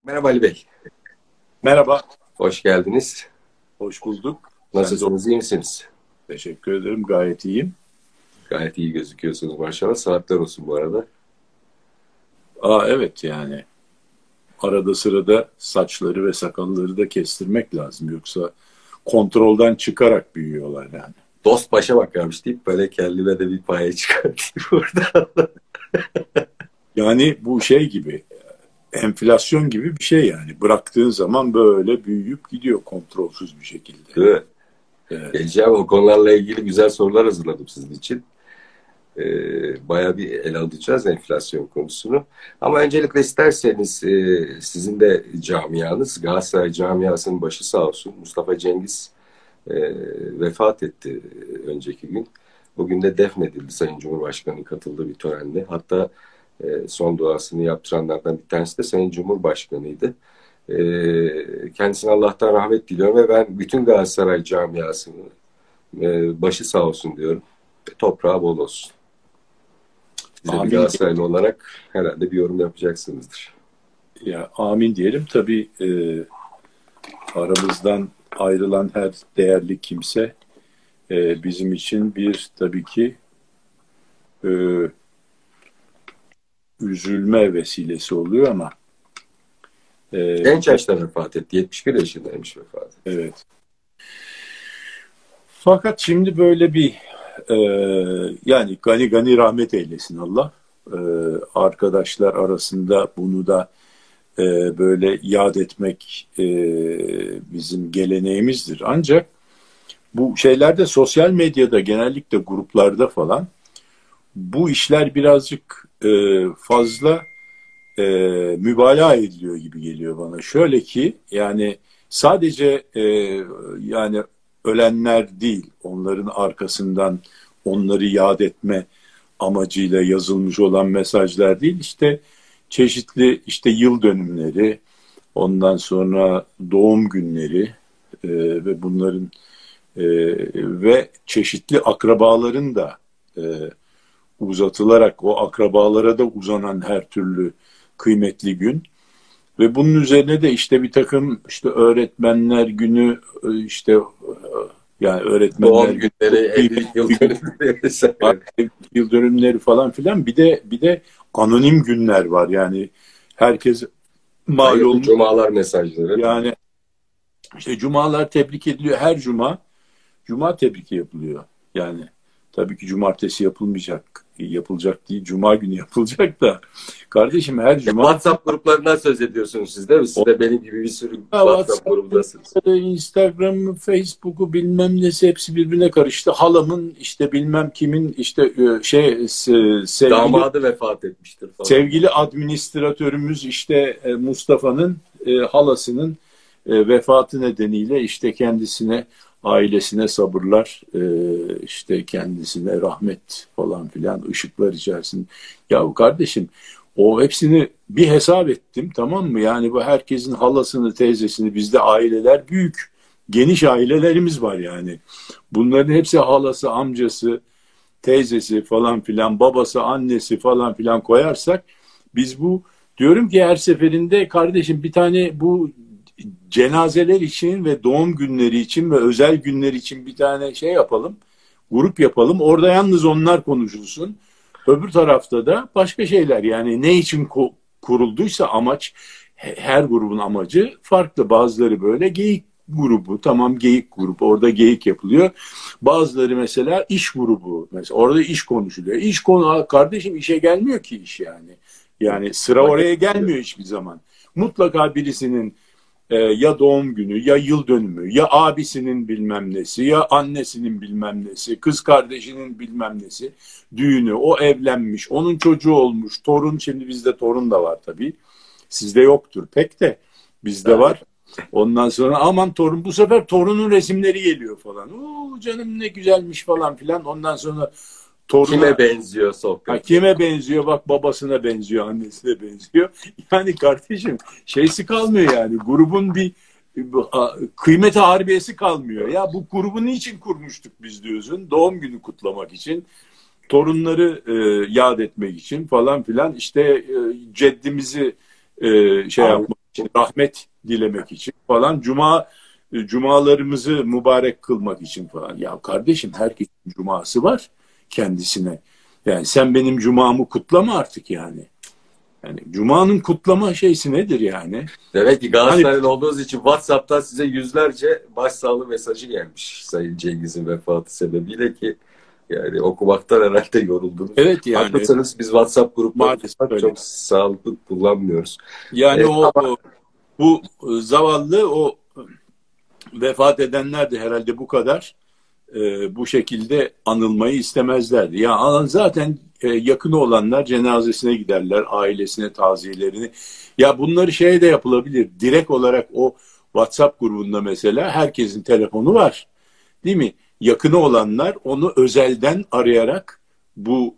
Merhaba Ali Bey. Merhaba, Hoş geldiniz. hoş bulduk. Sen de Nasılsınız, iyi misiniz? teşekkür ederim, gayet iyiyim. Gayet iyi gözüküyorsunuz maşallah. Saatler olsun bu arada. Evet yani arada sırada saçları ve sakalları da kestirmek lazım. Yoksa kontrolden çıkarak büyüyorlar yani. Dost başa bakarmış deyip böyle kendime de bir paye çıkartayım burada. Yani bu şey gibi, enflasyon gibi bir şey yani. Bıraktığın zaman böyle büyüyüp gidiyor kontrolsüz bir şekilde. Değil mi? Evet. Geleceğim o konularla ilgili güzel sorular hazırladım sizin için. Bayağı bir ele alacağız enflasyon konusunu. Ama öncelikle isterseniz sizin de camianız, Galatasaray camiasının başı sağ olsun. Mustafa Cengiz e, vefat etti önceki gün. Bugün de defnedildi Sayın Cumhurbaşkanı'nın katıldığı bir törenle. Hatta son duasını yaptıranlardan bir tanesi de Sayın Cumhurbaşkanı'ydı. Kendisine Allah'tan rahmet diliyorum ve ben bütün Galatasaray camiasının başı sağ olsun diyorum. Toprağı bol olsun. Size bir Amin. Galatasaraylı olarak herhalde bir yorum yapacaksınızdır. Ya amin diyelim. Tabii aramızdan ayrılan her değerli kimse bizim için bir tabii ki e, üzülme vesilesi oluyor ama Genç yaşta vefat etti. 71 yaşındaymış vefat etti. evet. Fakat şimdi böyle bir e, yani gani gani rahmet eylesin Allah. E, Arkadaşlar arasında bunu da böyle yad etmek bizim geleneğimizdir. Ancak bu şeylerde sosyal medyada genellikle gruplarda falan bu işler birazcık fazla e, mübalağa ediliyor gibi geliyor bana. Şöyle ki yani sadece yani ölenler değil, onların arkasından onları yad etme amacıyla yazılmış olan mesajlar değil, işte çeşitli işte yıl dönümleri, ondan sonra doğum günleri ve bunların e, ve çeşitli akrabaların da e, uzatılarak o akrabalara da uzanan her türlü kıymetli gün ve bunun üzerine de işte bir takım işte öğretmenler günü işte yani öğretmenler Doğum günü günleri, çok evlilik kıymetli yıl bir gün. dönümleri vesaire. Yıl dönümleri falan filan bir de anonim günler var yani herkes mal Hayırlı olmuş cumalar mesajları. yani işte cumalar tebrik ediliyor her cuma tebrik yapılıyor yani tabii ki cumartesi yapılacak değil cuma günü yapılacak da kardeşim her cuma WhatsApp gruplarından söz ediyorsunuz siz değil mi? Siz de benim gibi bir sürü WhatsApp WhatsApp grubundasınız. grupları, Instagram'ı, Facebook'u bilmem nesi hepsi birbirine karıştı. Halamın işte bilmem kimin işte sevgili Damadı vefat etmiştir falan. sevgili administratörümüz işte Mustafa'nın halasının vefatı nedeniyle işte kendisine ailesine sabırlar işte kendisine rahmet falan filan ışıklar içerisinde. Ya kardeşim o hepsini bir hesap ettim tamam mı? Yani bu herkesin halasını teyzesini bizde aileler büyük geniş ailelerimiz var yani. Bunların hepsi halası amcası teyzesi falan filan, babası, annesi falan filan koyarsak biz bu diyorum ki her seferinde kardeşim bir tane bu cenazeler için ve doğum günleri için ve özel günler için bir tane şey yapalım. Grup yapalım. Orada yalnız onlar konuşulsun. Öbür tarafta da başka şeyler yani ne için kurulduysa amaç her grubun amacı farklı. Bazıları böyle geyik grubu tamam geyik grubu orada geyik yapılıyor. Bazıları mesela iş grubu mesela orada iş konuşuluyor. İş konu kardeşim işe gelmiyor ki iş yani. Yani sıra Vakit oraya gelmiyor hiçbir zaman. Mutlaka birisinin ya doğum günü ya yıl dönümü ya abisinin bilmem nesi ya annesinin bilmem nesi kız kardeşinin bilmem nesi düğünü o evlenmiş onun çocuğu olmuş torun şimdi bizde torun da var tabii sizde yoktur pek de bizde daha. var ondan sonra aman torun bu sefer torunun resimleri geliyor falan oo canım ne güzelmiş falan filan ondan sonra Kime toruna benziyor sohbet? kime benziyor bak babasına benziyor annesine benziyor yani kardeşim şeysi kalmıyor yani grubun bir kıymeti harbiyesi kalmıyor ya bu grubu niçin kurmuştuk biz diyorsun doğum günü kutlamak için torunları yad etmek için falan filan işte ceddimizi şey An- yapmak rahmet dilemek için falan, cumalarımızı mübarek kılmak için falan. Ya kardeşim, herkesin cuması var kendisine. Yani sen benim cumamı kutlama artık yani. Yani cumanın kutlama şeysi nedir yani? Demek ki Galatasaraylı olduğunuz için WhatsApp'tan size yüzlerce başsağlığı mesajı gelmiş Sayın Cengiz'in vefatı sebebiyle ki yani okumaktan herhalde yoruldunuz. Evet yani. Haklısınız, biz WhatsApp gruplarını çok sağlıklı kullanmıyoruz. Yani bu zavallı, o vefat edenler de herhalde bu kadar bu şekilde anılmayı istemezlerdi. Ya zaten yakını olanlar cenazesine giderler, ailesine taziyelerini. Ya bunları de yapılabilir. Direkt olarak o WhatsApp grubunda mesela herkesin telefonu var. Değil mi? Yakını olanlar onu özelden arayarak bu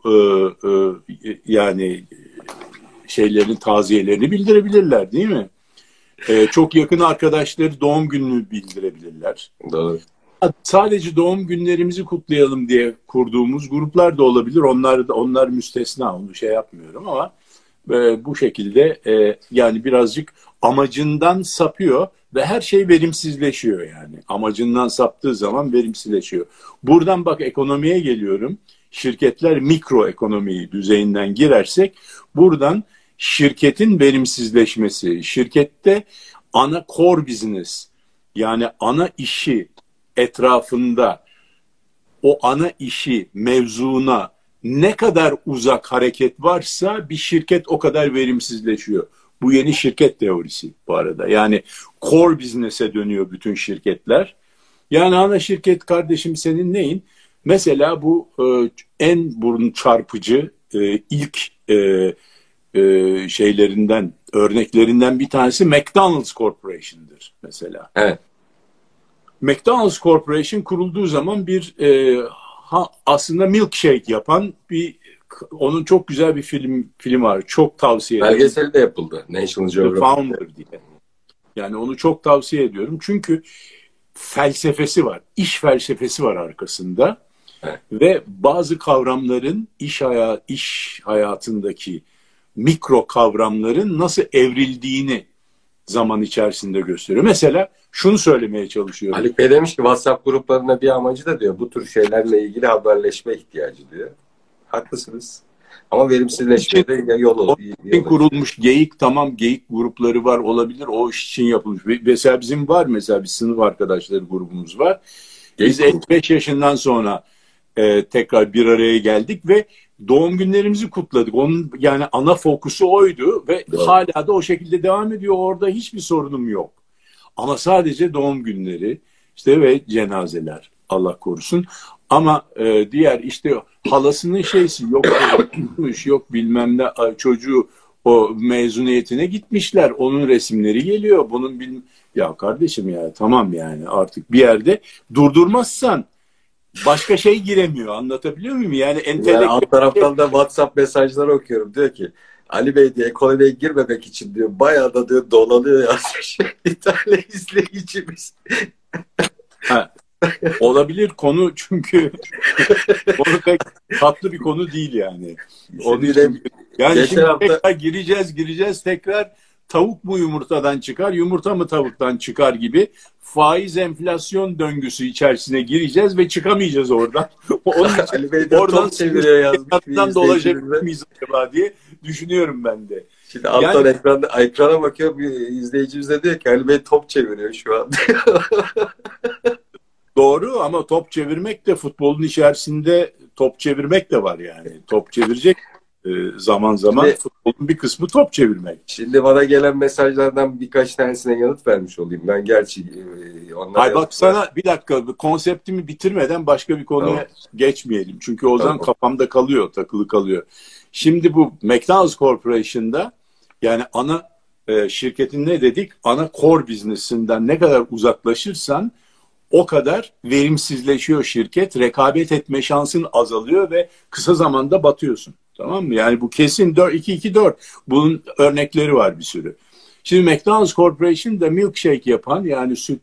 yani şeylerin taziyelerini bildirebilirler, değil mi? Çok yakın arkadaşları doğum gününü bildirebilirler. Doğru. Sadece doğum günlerimizi kutlayalım diye kurduğumuz gruplar da olabilir. Onlar müstesna, onu yapmıyorum ama bu şekilde yani birazcık amacından sapıyor ve her şey verimsizleşiyor yani. Amacından saptığı zaman verimsizleşiyor. Buradan bak, ekonomiye geliyorum. Şirketler mikro ekonomi düzeyinden girersek buradan şirketin verimsizleşmesi, şirkette ana core business, yani ana işi etrafında o ana işi mevzuna ne kadar uzak hareket varsa bir şirket o kadar verimsizleşiyor. Bu yeni şirket teorisi bu arada. Yani core business'e dönüyor bütün şirketler. Yani ana şirket kardeşim senin neyin? Mesela bu en burun çarpıcı ilk şeylerinden, örneklerinden bir tanesi McDonald's Corporation'dır mesela. Evet. McDonald's Corporation kurulduğu zaman bir aslında milkshake yapan onun çok güzel bir film var. Çok tavsiye ederim. Belgeseli de yapıldı. National Geographic. The Founder diye. Yani onu çok tavsiye ediyorum. Çünkü felsefesi var. İş felsefesi var arkasında. Evet. Ve bazı kavramların iş hayatındaki mikro kavramların nasıl evrildiğini zaman içerisinde gösteriyor. Mesela şunu söylemeye çalışıyorum. Haluk Bey demiş ki WhatsApp gruplarına bir amacı da diyor bu tür şeylerle ilgili haberleşme ihtiyacı diyor. Haklısınız. Ama verimsizleşmeye de yol oluyor. Kurulmuş geyik, tamam, geyik grupları var, olabilir, o iş için yapılmış. Mesela bizim var, bir sınıf arkadaşları grubumuz var. Biz 55 yaşından sonra tekrar bir araya geldik ve doğum günlerimizi kutladık. Onun yani ana fokusu oydu ve doğru, hala da o şekilde devam ediyor. Orada hiçbir sorunum yok. Ama sadece doğum günleri ve cenazeler, Allah korusun. Ama diğer halasının yok yok bilmem ne, çocuğu o mezuniyetine gitmişler. Onun resimleri geliyor. Ya kardeşim ya tamam, yani artık bir yerde durdurmazsan başka şey giremiyor. Anlatabiliyor muyum? Yani alt taraftan da WhatsApp mesajları okuyorum. Diyor ki Ali Bey diye ekonomiye girmemek için diyor bayağı da diyor dolanıyor yazmış. Bir tane izleyicimiz. Olabilir konu, çünkü konu pek tatlı bir konu değil yani. Yani şimdi tekrar gireceğiz tekrar, tavuk mu yumurtadan çıkar, yumurta mı tavuktan çıkar gibi faiz enflasyon döngüsü içerisine gireceğiz ve çıkamayacağız oradan. Onun için oradan dolaşabilir miyiz acaba diye düşünüyorum ben de. Şimdi alttan ekrana bakıyor, bir izleyicimiz de diyor ki Ali Bey top çeviriyor şu an. Doğru, ama top çevirmek de futbolun içerisinde top çevirmek de var yani. Top çevirecek zaman şimdi, futbolun bir kısmı top çevirmek. Şimdi bana gelen mesajlardan birkaç tanesine yanıt vermiş olayım. Ben gerçi bak sana bir dakika, konseptimi bitirmeden başka bir konuya geçmeyelim. Çünkü o zaman kafamda kalıyor, takılı kalıyor. Şimdi bu McDonald's Corporation'da yani ana şirketin ne dedik? Ana core business'ından ne kadar uzaklaşırsan o kadar verimsizleşiyor şirket. Rekabet etme şansın azalıyor ve kısa zamanda batıyorsun. Tamam mı? Yani bu kesin 2-2-4. Bunun örnekleri var bir sürü. Şimdi McDonald's Corporation'da milkshake yapan, yani süt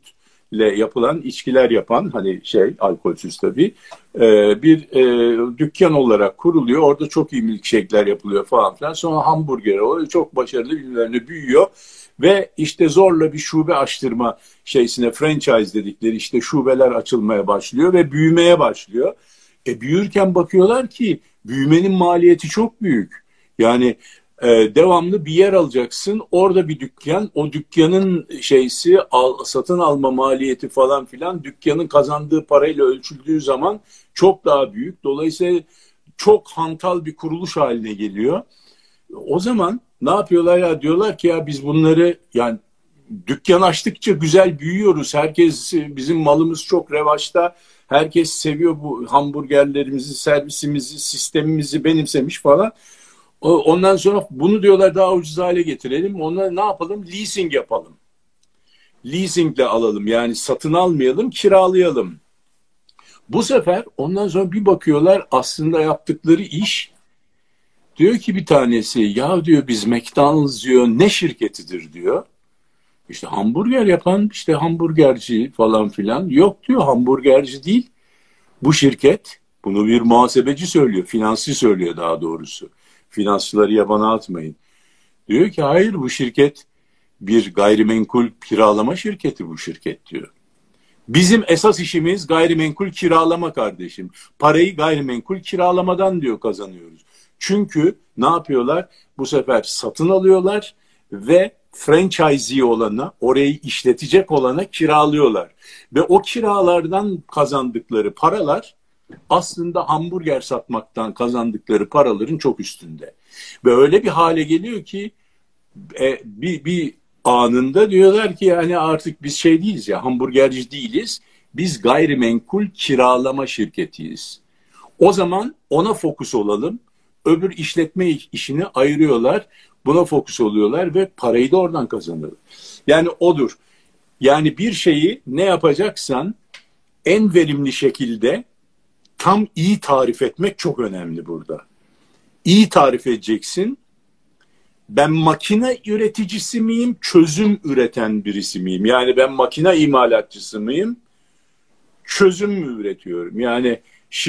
yapılan içkiler yapan, hani alkolsüz tabii, bir dükkan olarak kuruluyor. Orada çok iyi milkshake'ler yapılıyor falan filan. Sonra hamburger oluyor. Çok başarılı, birbirlerine büyüyor. Ve işte zorla bir şube açtırma franchise dedikleri işte şubeler açılmaya başlıyor ve büyümeye başlıyor. Büyürken bakıyorlar ki büyümenin maliyeti çok büyük. Yani devamlı bir yer alacaksın. Orada bir dükkan, o dükkanın satın alma maliyeti falan filan dükkanın kazandığı parayla ölçüldüğü zaman çok daha büyük. Dolayısıyla çok hantal bir kuruluş haline geliyor. O zaman ne yapıyorlar ya, diyorlar ki ya biz bunları, yani dükkan açtıkça güzel büyüyoruz. Herkes, bizim malımız çok revaçta. Herkes seviyor bu hamburgerlerimizi, servisimizi, sistemimizi benimsemiş falan. Ondan sonra bunu diyorlar daha ucuz hale getirelim. Onları ne yapalım? Leasing yapalım. Leasingle alalım. Yani satın almayalım, kiralayalım. Bu sefer ondan sonra bir bakıyorlar aslında yaptıkları iş, diyor ki bir tanesi, ya diyor biz McDonald's diyor ne şirketidir diyor. İşte hamburger yapan işte hamburgerci falan filan. Yok diyor, hamburgerci değil. Bu şirket, bunu bir muhasebeci söylüyor, finansçı söylüyor daha doğrusu. Finansçıları yabana atmayın. Diyor ki hayır, bu şirket bir gayrimenkul kiralama şirketi bu şirket diyor. Bizim esas işimiz gayrimenkul kiralama kardeşim. Parayı gayrimenkul kiralamadan diyor kazanıyoruz. Çünkü ne yapıyorlar? Bu sefer satın alıyorlar ve franchisee olana, orayı işletecek olana kiralıyorlar. Ve o kiralardan kazandıkları paralar aslında hamburger satmaktan kazandıkları paraların çok üstünde. Ve öyle bir hale geliyor ki bir anında diyorlar ki yani artık biz değiliz ya, hamburgerci değiliz. Biz gayrimenkul kiralama şirketiyiz. O zaman ona fokus olalım. Öbür işletme işini ayırıyorlar. Buna fokus oluyorlar ve parayı da oradan kazanıyorlar. Yani odur. Yani bir şeyi ne yapacaksan en verimli şekilde tam iyi tarif etmek çok önemli burada. İyi tarif edeceksin. Ben makine üreticisi miyim, çözüm üreten birisi miyim? Yani ben makine imalatçısı mıyım, çözüm mü üretiyorum? Yani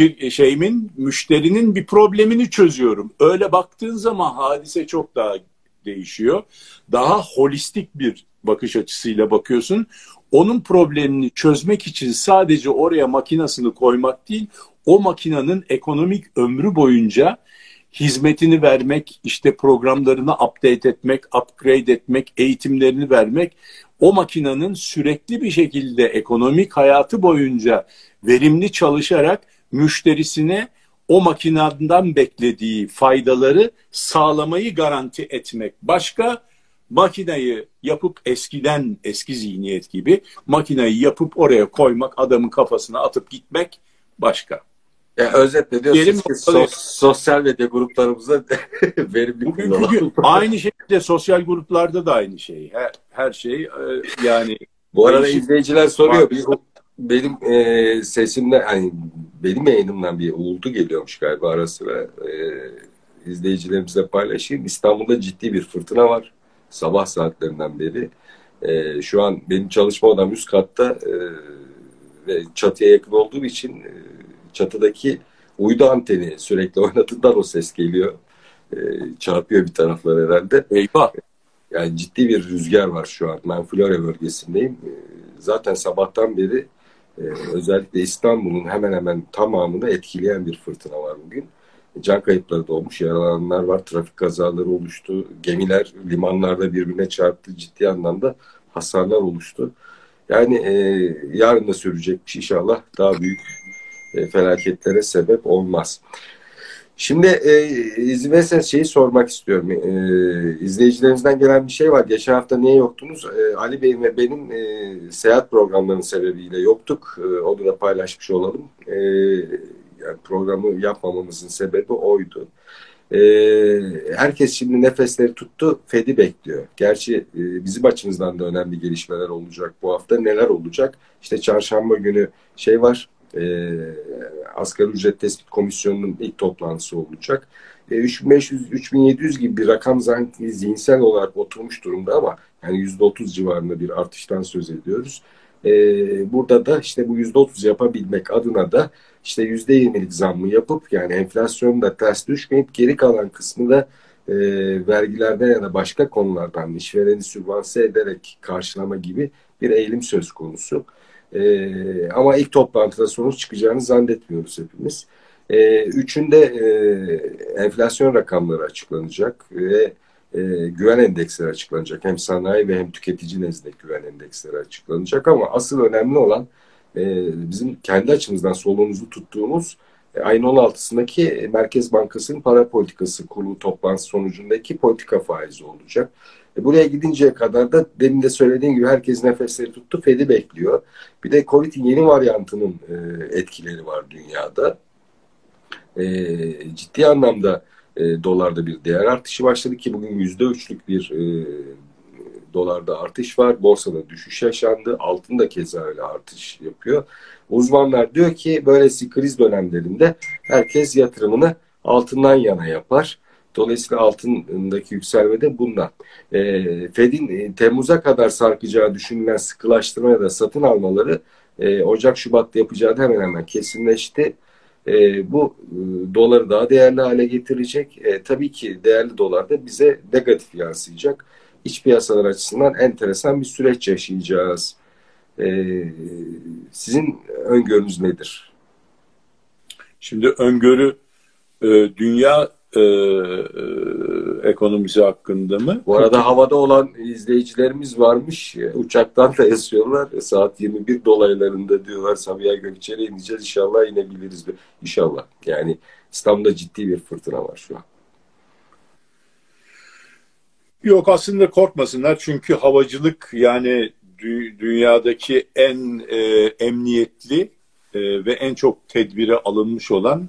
müşterinin bir problemini çözüyorum. Öyle baktığın zaman hadise çok daha değişiyor. Daha holistik bir bakış açısıyla bakıyorsun. Onun problemini çözmek için sadece oraya makinasını koymak değil, o makinanın ekonomik ömrü boyunca hizmetini vermek, işte programlarını update etmek, upgrade etmek, eğitimlerini vermek, o makinenin sürekli bir şekilde ekonomik hayatı boyunca verimli çalışarak müşterisine o makineden beklediği faydaları sağlamayı garanti etmek. Başka, makineyi yapıp eski zihniyet gibi makineyi yapıp oraya koymak, adamın kafasına atıp gitmek başka. Yani özetle diyorsunuz ki sosyal medya gruplarımızda verimli kullanalım. Aynı şekilde sosyal gruplarda da aynı şey. Her şey yani. Bu arada izleyiciler soruyor. Benim sesimle, hani benim yayınımdan bir uğultu geliyormuş galiba ara sıra. İzleyicilerimizle paylaşayım. İstanbul'da ciddi bir fırtına var. Sabah saatlerinden beri. Şu an benim çalışma odam üst katta ve çatıya yakın olduğum için çatıdaki uydu anteni sürekli oynadığından o ses geliyor. Çarpıyor bir taraflar herhalde. Eyvah. Yani ciddi bir rüzgar var şu an. Ben Florya bölgesindeyim. Zaten sabahtan beri özellikle İstanbul'un hemen hemen tamamını etkileyen bir fırtına var bugün. Can kayıpları da olmuş, yaralananlar var, trafik kazaları oluştu, gemiler limanlarda birbirine çarptı, ciddi anlamda hasarlar oluştu. Yani yarın da sürecekmiş, inşallah daha büyük felaketlere sebep olmaz. Şimdi izin verirseniz şeyi sormak istiyorum. İzleyicilerimizden gelen bir şey var. Geçen hafta niye yoktunuz? Ali Bey'in ve benim seyahat programlarının sebebiyle yoktuk. Onu da paylaşmış olalım. Yani programı yapmamamızın sebebi oydu. Herkes şimdi nefesleri tuttu, FED'i bekliyor. Gerçi bizim açımızdan da önemli gelişmeler olacak bu hafta. Neler olacak? İşte çarşamba günü var. Asgari ücret tespit komisyonunun ilk toplantısı olacak. 3500-3700 gibi bir rakam zihinsel olarak oturmuş durumda ama yani %30 civarında bir artıştan söz ediyoruz. Burada da işte bu %30 yapabilmek adına da işte %20'lik zammı yapıp yani enflasyonun da ters düşmeyip geri kalan kısmı da vergilerden ya da başka konulardan işvereni sübvanse ederek karşılama gibi bir eğilim söz konusu. Ama ilk toplantıda sonuç çıkacağını zannetmiyoruz hepimiz. Üçünde enflasyon rakamları açıklanacak ve güven endeksleri açıklanacak. Hem sanayi ve hem tüketici nezdinde güven endeksleri açıklanacak ama asıl önemli olan bizim kendi açımızdan soluğumuzu tuttuğumuz ayın 16'sındaki Merkez Bankası'nın para politikası kurulu toplantısı sonucundaki politika faizi olacak. Buraya gidinceye kadar da demin de söylediğim gibi herkes nefesleri tuttu. Fed'i bekliyor. Bir de Covid'in yeni varyantının etkileri var dünyada. Ciddi anlamda dolarda bir değer artışı başladı ki bugün %3'lük bir dolarda artış var. Borsada düşüş yaşandı. Altın da keza öyle artış yapıyor. Uzmanlar diyor ki böylesi kriz dönemlerinde herkes yatırımını altından yana yapar. Dolayısıyla altındaki yükselme de bundan. Fed'in Temmuz'a kadar sarkacağı düşünülen sıkılaştırma ya da satın almaları Ocak-Şubat'ta yapacağı da hemen hemen kesinleşti. Bu doları daha değerli hale getirecek. Tabii ki değerli dolar da bize negatif yansıyacak. İç piyasalar açısından enteresan bir süreç yaşayacağız. Sizin öngörünüz nedir? Şimdi öngörü dünya ekonomisi hakkında mı? Bu arada havada olan izleyicilerimiz varmış. Uçaktan da yazıyorlar. Saat 21 dolaylarında diyorlar Sabiha Gökçen'e ineceğiz. İnşallah inebiliriz. İnşallah. Yani İstanbul'da ciddi bir fırtına var şu an. Yok, aslında korkmasınlar çünkü havacılık yani dünyadaki en emniyetli ve en çok tedbire alınmış olan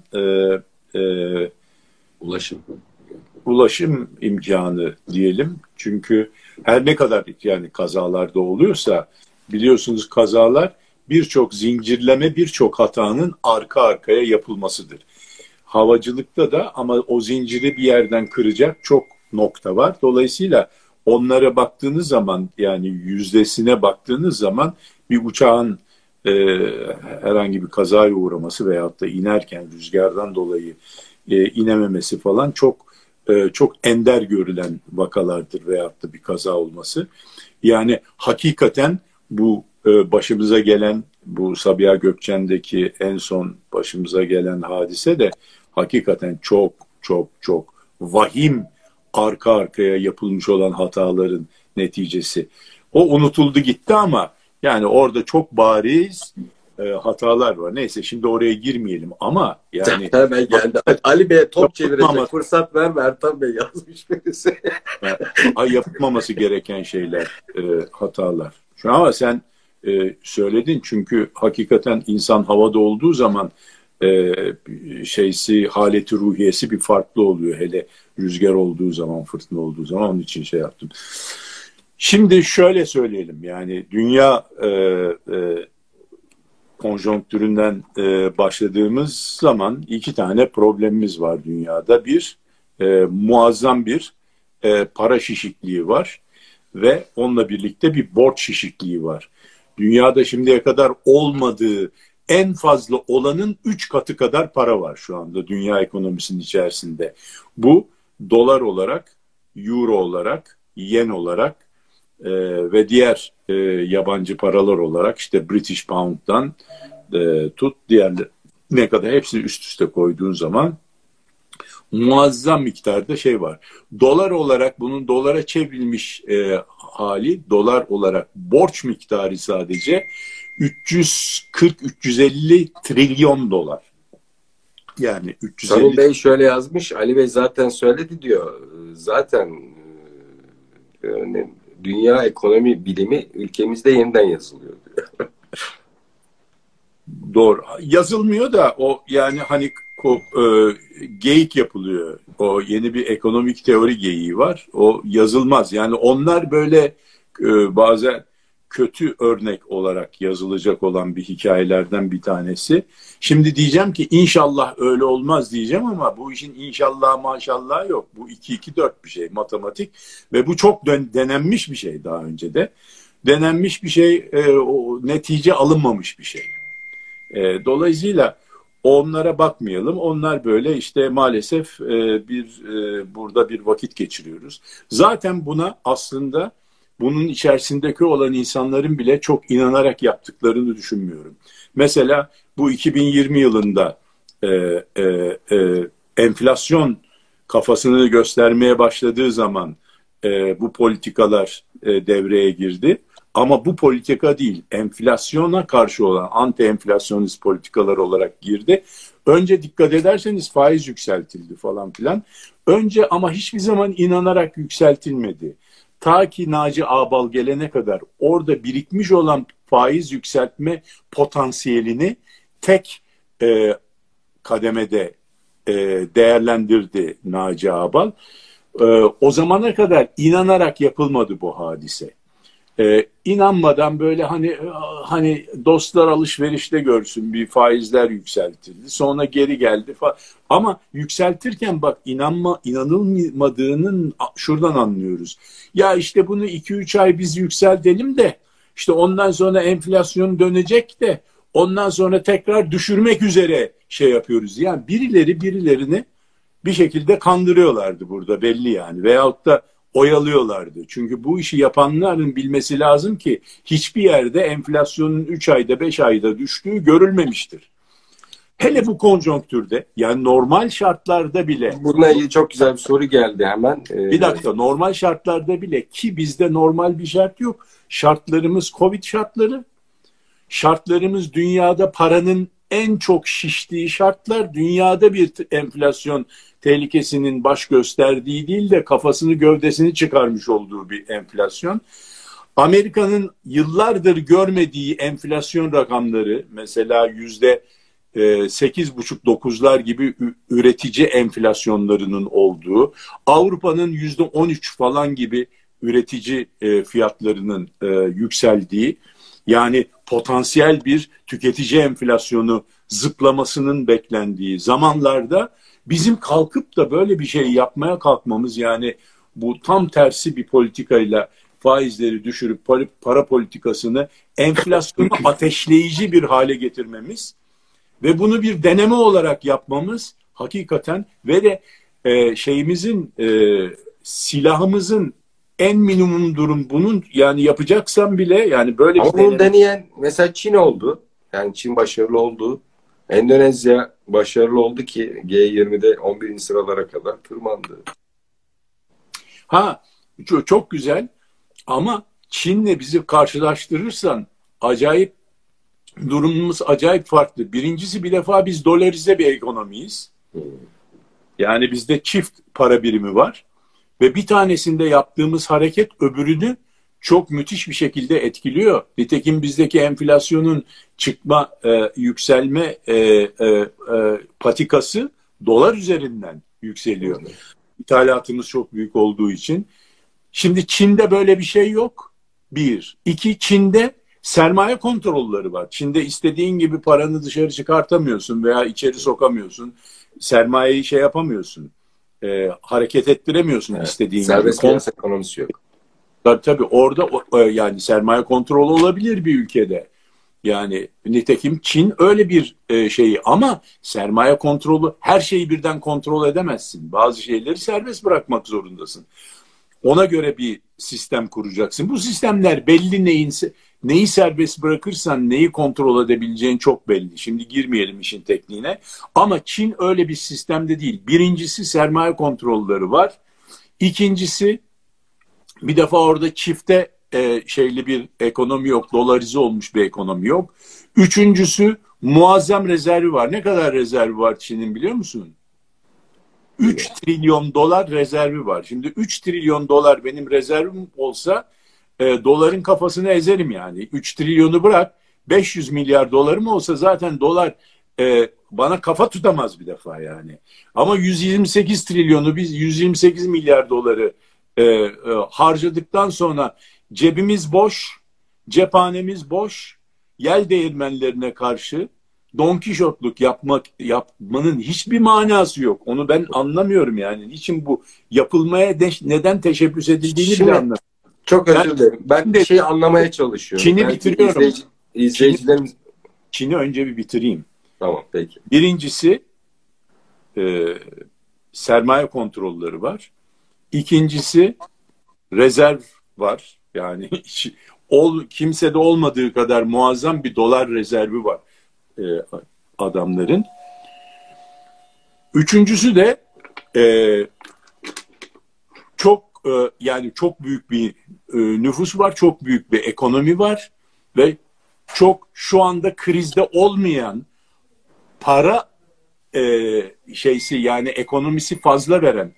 ulaşım imkanı diyelim. Çünkü her ne kadar yani kazalarda oluyorsa biliyorsunuz kazalar birçok zincirleme birçok hatanın arka arkaya yapılmasıdır. Havacılıkta da ama o zinciri bir yerden kıracak çok nokta var. Dolayısıyla onlara baktığınız zaman yani yüzdesine baktığınız zaman bir uçağın herhangi bir kazaya uğraması veyahut da inerken rüzgardan dolayı inememesi falan çok ender görülen vakalardır veyahut da bir kaza olması. Yani hakikaten bu başımıza gelen bu Sabiha Gökçen'deki en son başımıza gelen hadise de hakikaten çok vahim arka arkaya yapılmış olan hataların neticesi. O unutuldu gitti ama yani orada çok bariz hatalar var. Neyse şimdi oraya girmeyelim ama yani hemen geldi. Ali Bey'e top çevirecek fırsat ver Ertan Bey yazmış birisi. Yapılmaması gereken şeyler, hatalar. Şu ama sen söyledin çünkü hakikaten insan havada olduğu zaman haleti ruhiyesi bir farklı oluyor. Hele rüzgar olduğu zaman, fırtına olduğu zaman onun için şey yaptım. Şimdi şöyle söyleyelim yani dünya konjonktüründen başladığımız zaman iki tane problemimiz var dünyada. Bir, muazzam bir para şişikliği var ve onunla birlikte bir borç şişikliği var. Dünyada şimdiye kadar olmadığı en fazla olanın 3 katı kadar para var şu anda dünya ekonomisinin içerisinde. Bu dolar olarak, euro olarak, yen olarak ve diğer yabancı paralar olarak işte British Pound'dan tut diğer ne kadar hepsini üst üste koyduğun zaman muazzam miktarda şey var. Dolar olarak bunun dolara çevrilmiş hali dolar olarak borç miktarı sadece 340-350 trilyon dolar. Yani 350. Sarı Bey şöyle yazmış. Ali Bey zaten söyledi diyor. Zaten dünya ekonomi bilimi ülkemizde yeniden yazılıyor diyor. Doğru. Yazılmıyor da o yani hani geyik yapılıyor. O yeni bir ekonomik teori geyiği var. O yazılmaz. Yani onlar böyle bazen kötü örnek olarak yazılacak olan bir hikayelerden bir tanesi. Şimdi diyeceğim ki inşallah öyle olmaz diyeceğim ama bu işin inşallah maşallah yok. Bu 2-2-4 bir şey matematik ve bu çok denenmiş bir şey daha önce de. denenmiş bir şey, o netice alınmamış bir şey. Dolayısıyla onlara bakmayalım. Onlar böyle işte maalesef burada bir vakit geçiriyoruz. Zaten buna aslında bunun içerisindeki olan insanların bile çok inanarak yaptıklarını düşünmüyorum. Mesela bu 2020 yılında enflasyon kafasını göstermeye başladığı zaman bu politikalar devreye girdi. Ama bu politika değil, enflasyona karşı olan anti-enflasyonist politikalar olarak girdi. Önce dikkat ederseniz faiz yükseltildi falan filan. Önce ama hiçbir zaman inanarak yükseltilmedi. Ta ki Naci Ağbal gelene kadar orada birikmiş olan faiz yükseltme potansiyelini tek kademede değerlendirdi Naci Ağbal. O zamana kadar inanarak yapılmadı bu hadise. İnanmadan böyle hani dostlar alışverişte görsün, bir faizler yükseltildi. Sonra geri geldi falan. Ama yükseltirken bak inanılmadığının şuradan anlıyoruz. Ya işte bunu 2-3 ay biz yükseltelim de işte ondan sonra enflasyon dönecek de ondan sonra tekrar düşürmek üzere şey yapıyoruz. Yani birilerini bir şekilde kandırıyorlardı burada belli yani. Veyahut da oyalıyorlardı. Çünkü bu işi yapanların bilmesi lazım ki hiçbir yerde enflasyonun 3 ayda 5 ayda düştüğü görülmemiştir. Hele bu konjonktürde, yani normal şartlarda bile. Bununla ilgili çok güzel bir soru geldi hemen. Bir dakika, normal şartlarda bile, ki bizde normal bir şart yok. Şartlarımız Covid şartları. Şartlarımız dünyada paranın en çok şiştiği şartlar. Dünyada bir enflasyon tehlikesinin baş gösterdiği değil de kafasını gövdesini çıkarmış olduğu bir enflasyon. Amerika'nın yıllardır görmediği enflasyon rakamları, mesela %8,5-9'lar gibi üretici enflasyonlarının olduğu, Avrupa'nın %13 falan gibi üretici fiyatlarının yükseldiği, yani potansiyel bir tüketici enflasyonu zıplamasının beklendiği zamanlarda bizim kalkıp da böyle bir şey yapmaya kalkmamız, yani bu tam tersi bir politikayla faizleri düşürüp para politikasını enflasyonu ateşleyici bir hale getirmemiz ve bunu bir deneme olarak yapmamız hakikaten ve de silahımızın en minimum durum bunun, yani yapacaksam bile yani böyle ama bir bunu deneyen mesela Çin oldu. Yani Çin başarılı oldu. Endonezya başarılı oldu ki G20'de 11. sıralara kadar tırmandı. Çok güzel ama Çin'le bizi karşılaştırırsan acayip durumumuz acayip farklı. Birincisi, bir defa biz dolarize bir ekonomiyiz. Yani bizde çift para birimi var. Ve bir tanesinde yaptığımız hareket öbürünü çok müthiş bir şekilde etkiliyor. Nitekim bizdeki enflasyonun yükselme patikası dolar üzerinden yükseliyor. İthalatımız çok büyük olduğu için. Şimdi Çin'de böyle bir şey yok. Bir. İki, Çin'de sermaye kontrolleri var. Çin'de istediğin gibi paranı dışarı çıkartamıyorsun veya içeri sokamıyorsun. Sermayeyi şey yapamıyorsun. Hareket ettiremiyorsun istediğin gibi. Serbest piyasa ekonomisi yok. Tabii orada yani sermaye kontrolü olabilir bir ülkede. Yani nitekim Çin öyle bir şeyi, ama sermaye kontrolü, her şeyi birden kontrol edemezsin. Bazı şeyleri serbest bırakmak zorundasın. Ona göre bir sistem kuracaksın. Bu sistemler belli, neyi serbest bırakırsan neyi kontrol edebileceğin çok belli. Şimdi girmeyelim işin tekniğine. Ama Çin öyle bir sistemde değil. Birincisi, sermaye kontrolleri var. İkincisi, bir defa orada çifte şeyli bir ekonomi yok. Dolarize olmuş bir ekonomi yok. Üçüncüsü, muazzam rezervi var. Ne kadar rezervi var Çin'in biliyor musun? 3 trilyon dolar rezervi var. Şimdi 3 trilyon dolar benim rezervim olsa doların kafasını ezerim yani. 3 trilyonu bırak, 500 milyar dolarım olsa zaten dolar bana kafa tutamaz bir defa yani. Ama 128 trilyonu, biz 128 milyar doları harcadıktan sonra cebimiz boş, cephanemiz boş, yel değirmenlerine karşı Don Kişotluk yapmanın hiçbir manası yok. Onu ben anlamıyorum yani. Niçin bu yapılmaya neden teşebbüs edildiğini bile anlamıyorum. Çok özür dilerim. Ben bir şey anlamaya çalışıyorum. Çin'i bitiriyorum. İzleyicilerimiz... Çin'i önce bir bitireyim. Tamam, peki. Birincisi sermaye kontrolleri var. İkincisi rezerv var. Yani kimsede olmadığı kadar muazzam bir dolar rezervi var adamların. Üçüncüsü de çok büyük bir nüfus var, çok büyük bir ekonomi var ve çok şu anda krizde olmayan para yani ekonomisi fazla veren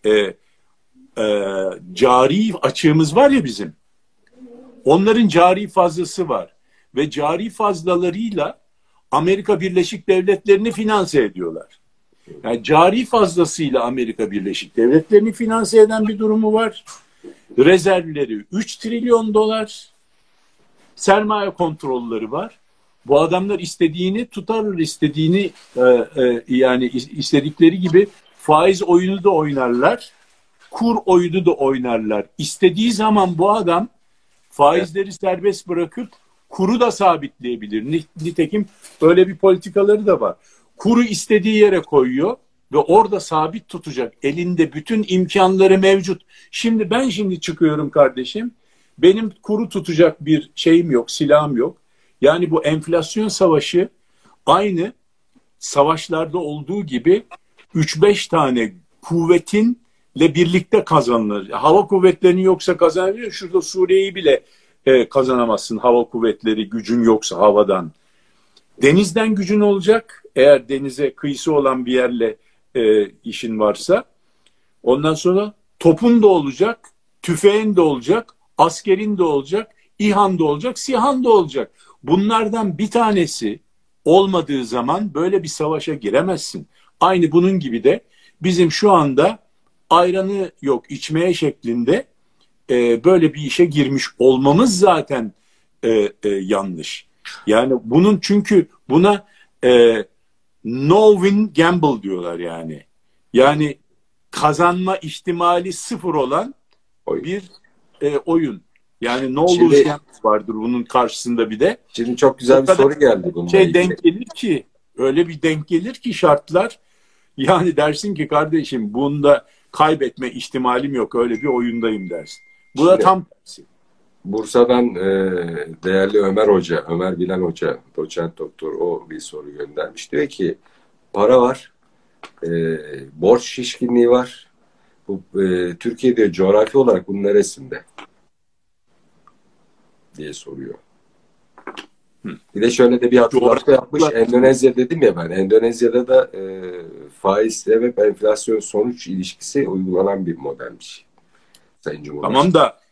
cari açığımız var ya bizim. Onların cari fazlası var ve cari fazlalarıyla Amerika Birleşik Devletleri'ni finanse ediyorlar. Yani cari fazlasıyla Amerika Birleşik Devletleri'ni finanse eden bir durumu var. Rezervleri 3 trilyon dolar, sermaye kontrolleri var. Bu adamlar istediğini tutarlar, istediğini yani istedikleri gibi faiz oyunu da oynarlar, kur oyunu da oynarlar. İstediği zaman bu adam faizleri serbest bırakıp kuru da sabitleyebilir. Nitekim böyle bir politikaları da var. Kuru istediği yere koyuyor ve orada sabit tutacak. Elinde bütün imkanları mevcut. Ben şimdi çıkıyorum kardeşim. Benim kuru tutacak bir şeyim yok, silahım yok. Yani bu enflasyon savaşı aynı savaşlarda olduğu gibi 3-5 tane kuvvetinle birlikte kazanılır. Hava kuvvetlerini yoksa kazanabiliyor. Şurada Suriye'yi bile kazanamazsın hava kuvvetleri gücün yoksa havadan. Denizden gücün olacak. Eğer denize kıyısı olan bir yerle işin varsa. Ondan sonra topun da olacak, tüfeğin de olacak, askerin de olacak, İHA'n da olacak, SİHA'n da olacak. Bunlardan bir tanesi olmadığı zaman böyle bir savaşa giremezsin. Aynı bunun gibi de bizim şu anda ayranı yok içmeye şeklinde böyle bir işe girmiş olmamız zaten yanlış. Yani bunun çünkü buna no win gamble diyorlar yani. Yani kazanma ihtimali sıfır olan bir oyun. Yani no lose gamble vardır bunun karşısında bir de. Şimdi çok güzel bir soru geldi bununla ilgili. Denk gelir ki öyle bir denk gelir ki şartlar yani dersin ki kardeşim bunda kaybetme ihtimalim yok öyle bir oyundayım dersin. Bu da tam tersi. Bursa'dan değerli Ömer Bilen Hoca, doçent doktor o bir soru göndermiş. Diyor ki para var, borç şişkinliği var. Bu Türkiye diyor coğrafi olarak bunun neresinde? Diye soruyor. Bir de şöyle de bir hatırlatma yapmış. Endonezya dedim ya ben. Endonezya'da da faiz sebep enflasyon sonuç ilişkisi uygulanan bir modelmiş. Sayın Cumhurbaşkanı. Tamam da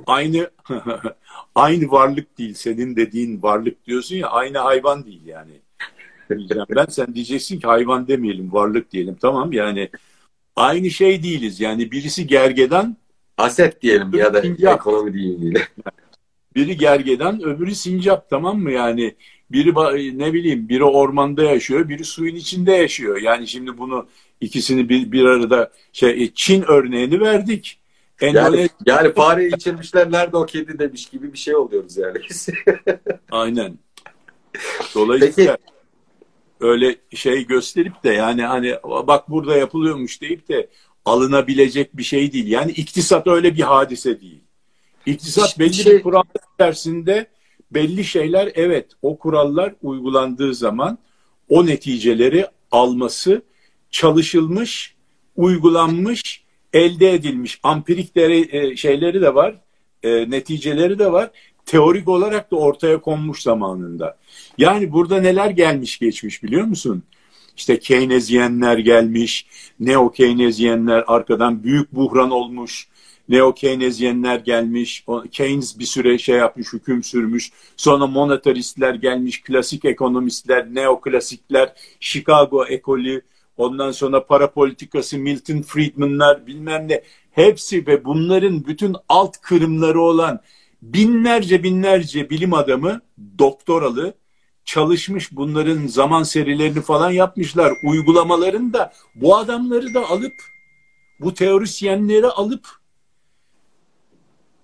aynı varlık değil. Senin dediğin varlık diyorsun ya aynı hayvan değil yani. Sen diyeceksin ki hayvan demeyelim varlık diyelim. Tamam yani aynı şey değiliz. Yani birisi gergedan aset diyelim ya da ekonomi değil. Biri gergedan, öbürü sincap tamam mı? Yani biri ne bileyim biri ormanda yaşıyor, biri suyun içinde yaşıyor. Yani şimdi bunu ikisini bir arada Çin örneğini verdik. Yani fareyi içirmişler nerede o kedi demiş gibi bir şey oluyoruz yani. Aynen. Dolayısıyla öyle gösterip de yani hani bak burada yapılıyormuş deyip de alınabilecek bir şey değil. Yani iktisat öyle bir hadise değil. İktisat belli bir kurallar içerisinde belli şeyler o kurallar uygulandığı zaman o neticeleri alması çalışılmış, uygulanmış, elde edilmiş ampirik şeyleri de var, neticeleri de var. Teorik olarak da ortaya konmuş zamanında. Yani burada neler gelmiş geçmiş biliyor musun? İşte Keynesyenler gelmiş, Neo Keynesyenler arkadan büyük buhran olmuş. Neo Keynesyenler gelmiş, Keynes bir süre yapmış, hüküm sürmüş. Sonra monetaristler gelmiş, klasik ekonomistler, neoklasikler, Chicago ekolü, ondan sonra para politikası, Milton Friedman'lar bilmem ne. Hepsi ve bunların bütün alt kırımları olan binlerce bilim adamı, doktoralı, çalışmış bunların zaman serilerini falan yapmışlar. Uygulamalarını da bu adamları da alıp, bu teorisyenleri alıp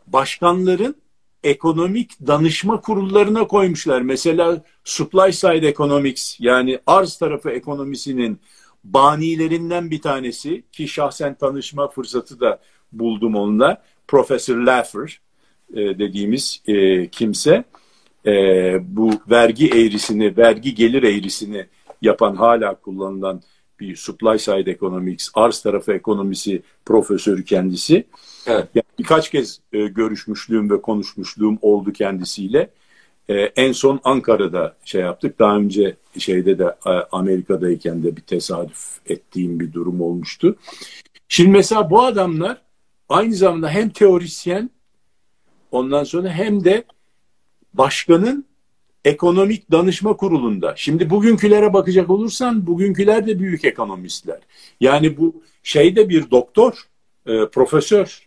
başkanların ekonomik danışma kurullarına koymuşlar. Mesela supply side economics, yani arz tarafı ekonomisinin banilerinden bir tanesi, ki şahsen tanışma fırsatı da buldum onunla, Profesör Laffer dediğimiz kimse, bu vergi eğrisini, vergi gelir eğrisini yapan, hala kullanılan bir supply side economics, arz tarafı ekonomisi profesörü kendisi. Evet. Yani birkaç kez görüşmüşlüğüm ve konuşmuşluğum oldu kendisiyle. En son Ankara'da şey yaptık. Daha önce şeyde de, Amerika'dayken de bir tesadüf ettiğim bir durum olmuştu. Şimdi mesela bu adamlar aynı zamanda hem teorisyen, ondan sonra hem de başkanın ekonomik danışma kurulunda. Şimdi bugünkülere bakacak olursan, bugünküler de büyük ekonomistler. Yani bu şeyde bir doktor, profesör,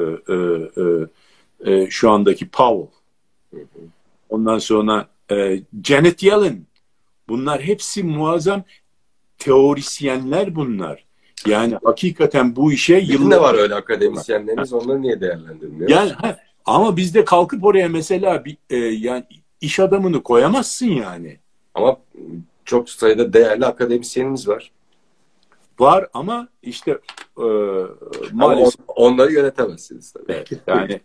şu andaki Powell. Ondan sonra Janet Yellen. Bunlar hepsi muazzam teorisyenler bunlar. Yani hakikaten bu işe Bizim de var öyle akademisyenlerimiz, onları niye değerlendirmiyoruz? Yani ama bizde kalkıp oraya mesela yani iş adamını koyamazsın yani. Ama çok sayıda değerli akademisyenimiz var. Var ama işte maalesef onları yönetemezsiniz tabii. Evet, yani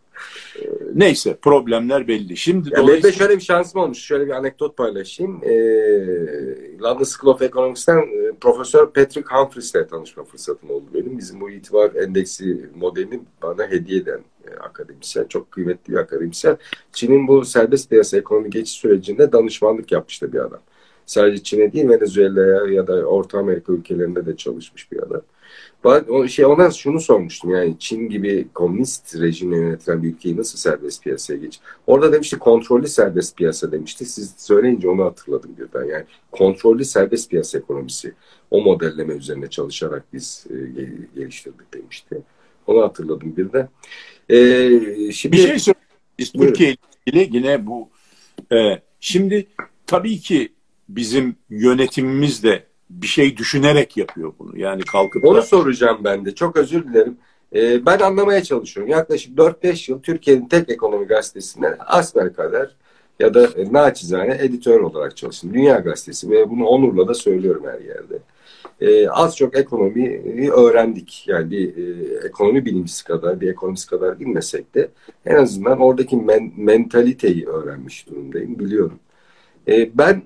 neyse, problemler belli. Şimdi ya benim de şöyle bir şansım olmuş. Şöyle bir anekdot paylaşayım. London School of Economics'ten Profesör Patrick Humphreys'le tanışma fırsatım oldu benim. Bizim bu itibar endeksi modelini bana hediye eden akademisyen. Çok kıymetli bir akademisyen. Çin'in bu serbest piyasa ekonomi geçiş sürecinde danışmanlık yapmıştı bir adam. Sadece Çin'e değil, Venezuela'ya ya da Orta Amerika ülkelerinde de çalışmış bir adam. Ona şunu sormuştum, yani Çin gibi komünist rejimle yönetilen bir ülkeyi nasıl serbest piyasaya geç? Orada demişti kontrollü serbest piyasa demişti. Siz söyleyince onu hatırladım birden. Yani kontrollü serbest piyasa ekonomisi. O modelleme üzerine çalışarak biz geliştirdik demişti. Onu hatırladım birden. Şimdi bir şey söyleyeyim. Türkiye ile ilgili yine bu. Şimdi tabii ki bizim yönetimimiz de bir şey düşünerek yapıyor bunu. Yani kalkıp onu soracağım ben de. Çok özür dilerim. Ben anlamaya çalışıyorum. Yaklaşık 4-5 yıl Türkiye'nin tek ekonomi gazetesinde asbelkader ya da naçizane editör olarak çalıştım. Dünya Gazetesi, ve bunu onurla da söylüyorum her yerde. Az çok ekonomiyi öğrendik. Yani bir ekonomi bilimcisi kadar, bir ekonomist kadar bilmesek de en azından oradaki mentaliteyi öğrenmiş durumdayım. Biliyorum. Ben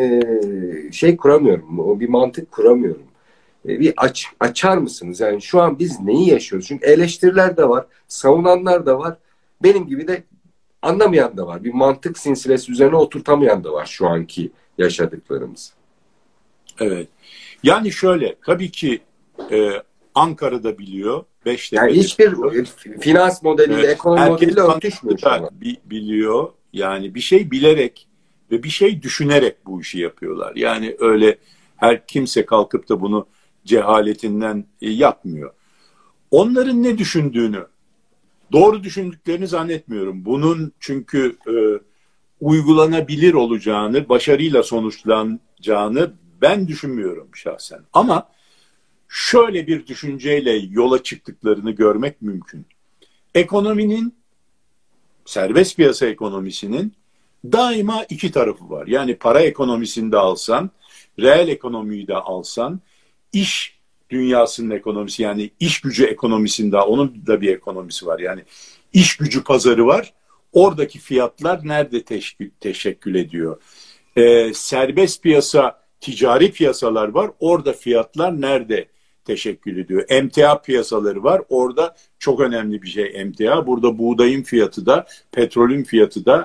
şey kuramıyorum, bir mantık kuramıyorum. Bir açar mısınız? Yani şu an biz neyi yaşıyoruz? Çünkü eleştiriler de var, savunanlar da var. Benim gibi de anlamayan da var. Bir mantık silsilesi üzerine oturtamayan da var şu anki yaşadıklarımız. Evet. Yani şöyle, tabii ki Ankara'da biliyor. Yani hiçbir finans modeliyle, ekonomi modeliyle örtüşmüyor şu an. Biliyor. Yani bir şey bilerek ve bir şey düşünerek bu işi yapıyorlar. Yani öyle her kimse kalkıp da bunu cehaletinden yapmıyor. Onların ne düşündüğünü, doğru düşündüklerini zannetmiyorum. Bunun çünkü uygulanabilir olacağını, başarıyla sonuçlanacağını ben düşünmüyorum şahsen. Ama şöyle bir düşünceyle yola çıktıklarını görmek mümkün. Ekonominin, serbest piyasa ekonomisinin daima iki tarafı var. Yani para ekonomisinde alsan, reel ekonomiyi de alsan, iş dünyasının ekonomisi, yani iş gücü ekonomisinde, onun da bir ekonomisi var. Yani iş gücü pazarı var. Oradaki fiyatlar nerede teşekkül ediyor? Serbest piyasa, ticari piyasalar var. Orada fiyatlar nerede teşekkül ediyor? Emtia piyasaları var. Orada çok önemli bir şey emtia. Burada buğdayın fiyatı da, petrolün fiyatı da,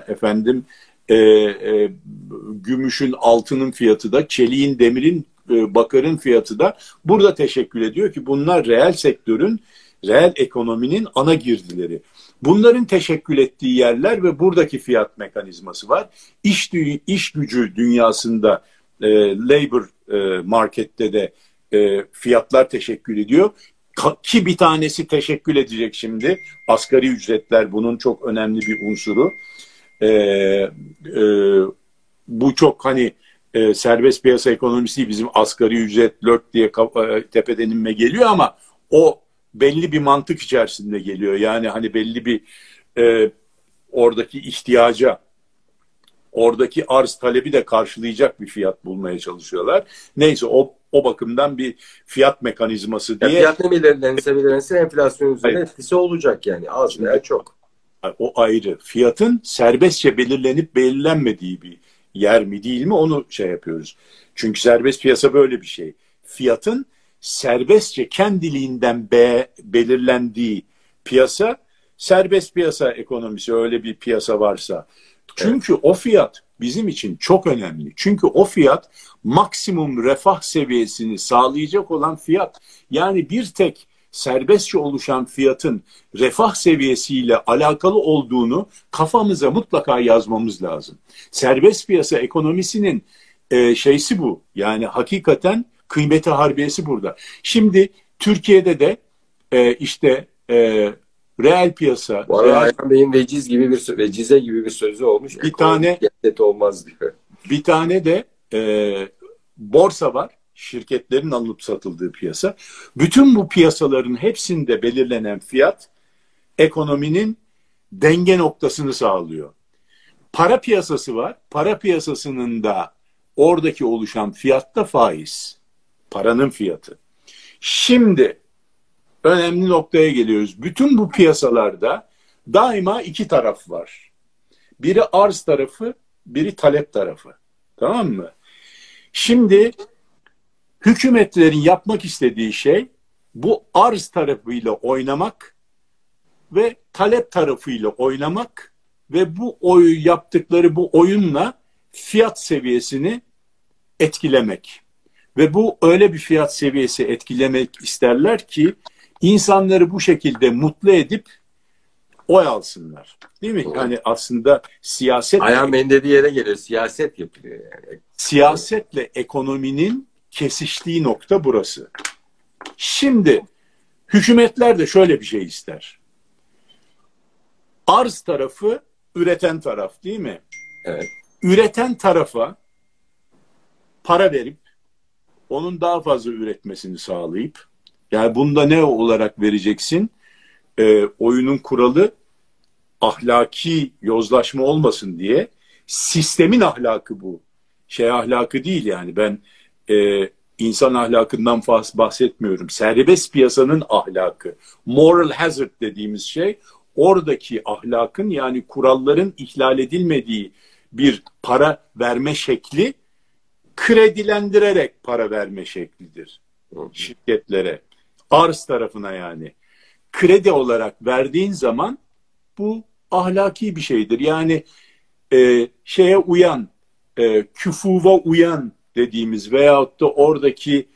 gümüşün, altının fiyatı da, çeliğin, demirin, bakarın fiyatı da burada teşekkül ediyor ki bunlar reel sektörün, reel ekonominin ana girdileri. Bunların teşekkül ettiği yerler ve buradaki fiyat mekanizması var. İş gücü dünyasında, labor markette de fiyatlar teşekkül ediyor. Ki bir tanesi teşekkül edecek şimdi. Asgari ücretler bunun çok önemli bir unsuru. Bu çok serbest piyasa ekonomisi, bizim asgari ücret lört diye tepeden inme geliyor ama o belli bir mantık içerisinde geliyor. Yani belli bir oradaki ihtiyaca, oradaki arz talebi de karşılayacak bir fiyat bulmaya çalışıyorlar. Neyse o bakımdan bir fiyat mekanizması diye. Fiyat ne belirlense enflasyon üzerine etkisi olacak yani, az veya çok. O ayrı. Fiyatın serbestçe belirlenip belirlenmediği bir yer mi değil mi onu şey yapıyoruz. Çünkü serbest piyasa böyle bir şey. Fiyatın serbestçe kendiliğinden belirlendiği piyasa, serbest piyasa ekonomisi, öyle bir piyasa varsa. Çünkü o fiyat bizim için çok önemli. Çünkü o fiyat maksimum refah seviyesini sağlayacak olan fiyat. Yani bir tek serbestçe oluşan fiyatın refah seviyesiyle alakalı olduğunu kafamıza mutlaka yazmamız lazım. Serbest piyasa ekonomisinin şeysi bu. Yani hakikaten kıymeti harbiyesi burada. Şimdi Türkiye'de de işte reel piyasa. Bu arada Ayhan Bey'in vecize gibi bir sözü olmuş. Bir tane olmaz diyor. Bir tane de borsa var. Şirketlerin alınıp satıldığı piyasa. Bütün bu piyasaların hepsinde belirlenen fiyat ekonominin denge noktasını sağlıyor. Para piyasası var. Para piyasasının da oradaki oluşan fiyat da faiz. Paranın fiyatı. Şimdi önemli noktaya geliyoruz. Bütün bu piyasalarda daima iki taraf var. Biri arz tarafı, biri talep tarafı. Tamam mı? Şimdi hükümetlerin yapmak istediği şey bu arz tarafıyla oynamak ve talep tarafıyla oynamak ve bu yaptıkları bu oyunla fiyat seviyesini etkilemek. Ve bu öyle bir fiyat seviyesi etkilemek isterler ki insanları bu şekilde mutlu edip oy alsınlar. Değil mi? Yani aslında siyaset... Ayhan Bey'in dediği yere geliyor. Siyaset yapılıyor yani. Siyasetle ekonominin kesiştiği nokta burası. Şimdi hükümetler de şöyle bir şey ister. Arz tarafı üreten taraf değil mi? Evet. Üreten tarafa para verip onun daha fazla üretmesini sağlayıp, yani bunda ne olarak vereceksin? Oyunun kuralı ahlaki yozlaşma olmasın diye, sistemin ahlakı bu. Şey ahlakı değil yani, ben insan ahlakından bahsetmiyorum. Serbest piyasanın ahlakı. Moral hazard dediğimiz şey oradaki ahlakın, yani kuralların ihlal edilmediği bir para verme şekli, kredilendirerek para verme şeklidir şirketlere. Arz tarafına yani. Kredi olarak verdiğin zaman bu ahlaki bir şeydir. Yani şeye uyan, küfuva uyan dediğimiz veyahut da oradaki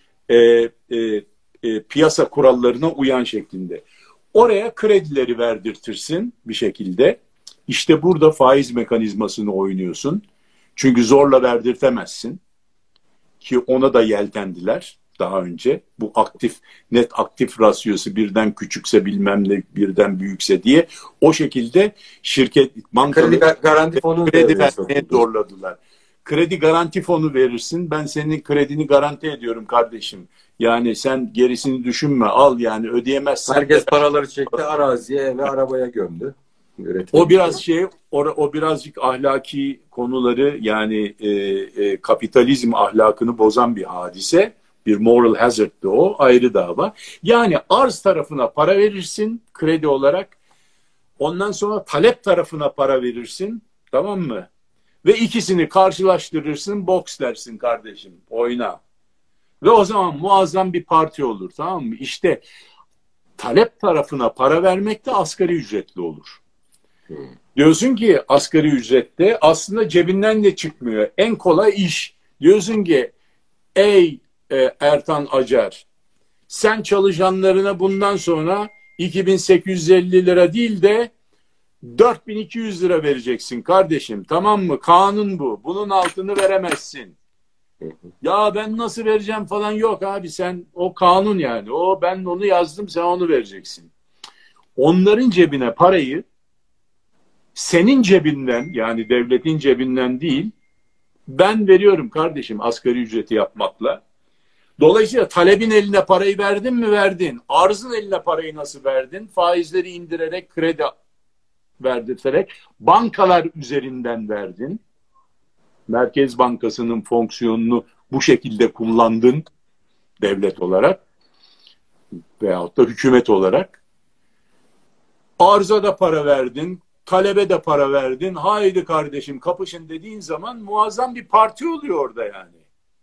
piyasa kurallarına uyan şeklinde. Oraya kredileri verdirtirsin bir şekilde. İşte burada faiz mekanizmasını oynuyorsun. Çünkü zorla verdirtemezsin. Ki ona da yeltendiler daha önce. Bu net aktif rasyosu birden küçükse bilmem ne birden büyükse diye. O şekilde şirket bankaları kredi vermeye zorladılar. Kredi garanti fonu verirsin. Ben senin kredini garanti ediyorum kardeşim. Yani sen gerisini düşünme, al yani, ödeyemezsen. Herkes paraları çekti, araziye ve arabaya gömdü. O biraz o birazcık ahlaki konuları, yani kapitalizm ahlakını bozan bir hadise. Bir moral hazard'dı o, ayrı dava. Yani arz tarafına para verirsin kredi olarak. Ondan sonra talep tarafına para verirsin. Tamam mı? Ve ikisini karşılaştırırsın, boks dersin kardeşim, oyna. Ve o zaman muazzam bir parti olur, tamam mı? İşte talep tarafına para vermek de asgari ücretli olur. Diyorsun ki asgari ücrette aslında cebinden de çıkmıyor. En kolay iş. Diyorsun ki ey Ertan Acar, sen çalışanlarına bundan sonra 2.850 lira değil de 4.200 lira vereceksin kardeşim, tamam mı? Kanun bu. Bunun altını veremezsin. Ya ben nasıl vereceğim falan, yok abi, sen o kanun yani. Ben onu yazdım, sen onu vereceksin. Onların cebine parayı senin cebinden, yani devletin cebinden değil, ben veriyorum kardeşim asgari ücreti yapmakla. Dolayısıyla talebin eline parayı verdin mi? Verdin. Arzın eline parayı nasıl verdin? Faizleri indirerek kredi verdirterek bankalar üzerinden verdin. Merkez Bankası'nın fonksiyonunu bu şekilde kullandın devlet olarak veyahut da hükümet olarak. Arza da para verdin, talebe de para verdin. Haydi kardeşim kapışın dediğin zaman muazzam bir parti oluyor orada yani.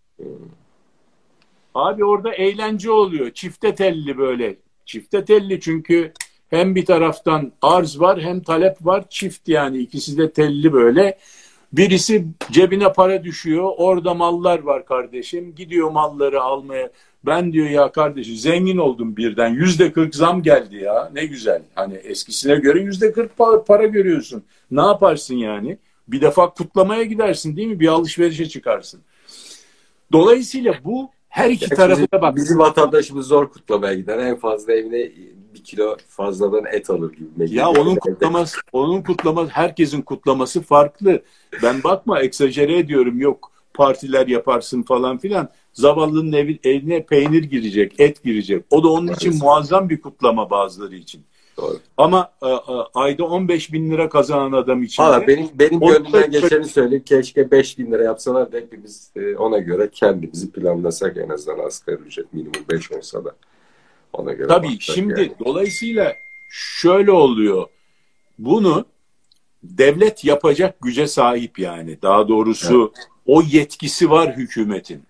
Abi orada eğlence oluyor. Çifte telli böyle. Çifte telli çünkü hem bir taraftan arz var hem talep var. Çift yani ikisi de telli böyle. Birisi cebine para düşüyor. Orada mallar var kardeşim. Gidiyor malları almaya. Ben diyor ya kardeşim zengin oldum birden. %40 zam geldi ya. Ne güzel. Hani eskisine göre %40 para görüyorsun. Ne yaparsın yani? Bir defa kutlamaya gidersin değil mi? Bir alışverişe çıkarsın. Dolayısıyla bu her iki tarafı da bak. Bizim vatandaşımız zor kutlamaya gider. En fazla evine 1 kilo fazladan et alır gibi. Ya onun kutlaması, herkesin kutlaması farklı. Ben bakma egzajere ediyorum. Yok partiler yaparsın falan filan. Zavallının evine peynir girecek, et girecek. O da onun için muazzam bir kutlama bazıları için. Doğru. Ama ayda 15 bin lira kazanan adam için Valla benim gönlümden geçeni söyleyeyim. Keşke 5 bin lira yapsalar da hepimiz ona göre kendimizi planlasak, en azından asgari ücret minimum 5 olsa da ona göre. Tabii şimdi yani. Dolayısıyla şöyle oluyor. Bunu devlet yapacak güce sahip yani. Daha doğrusu evet. O yetkisi var hükümetin.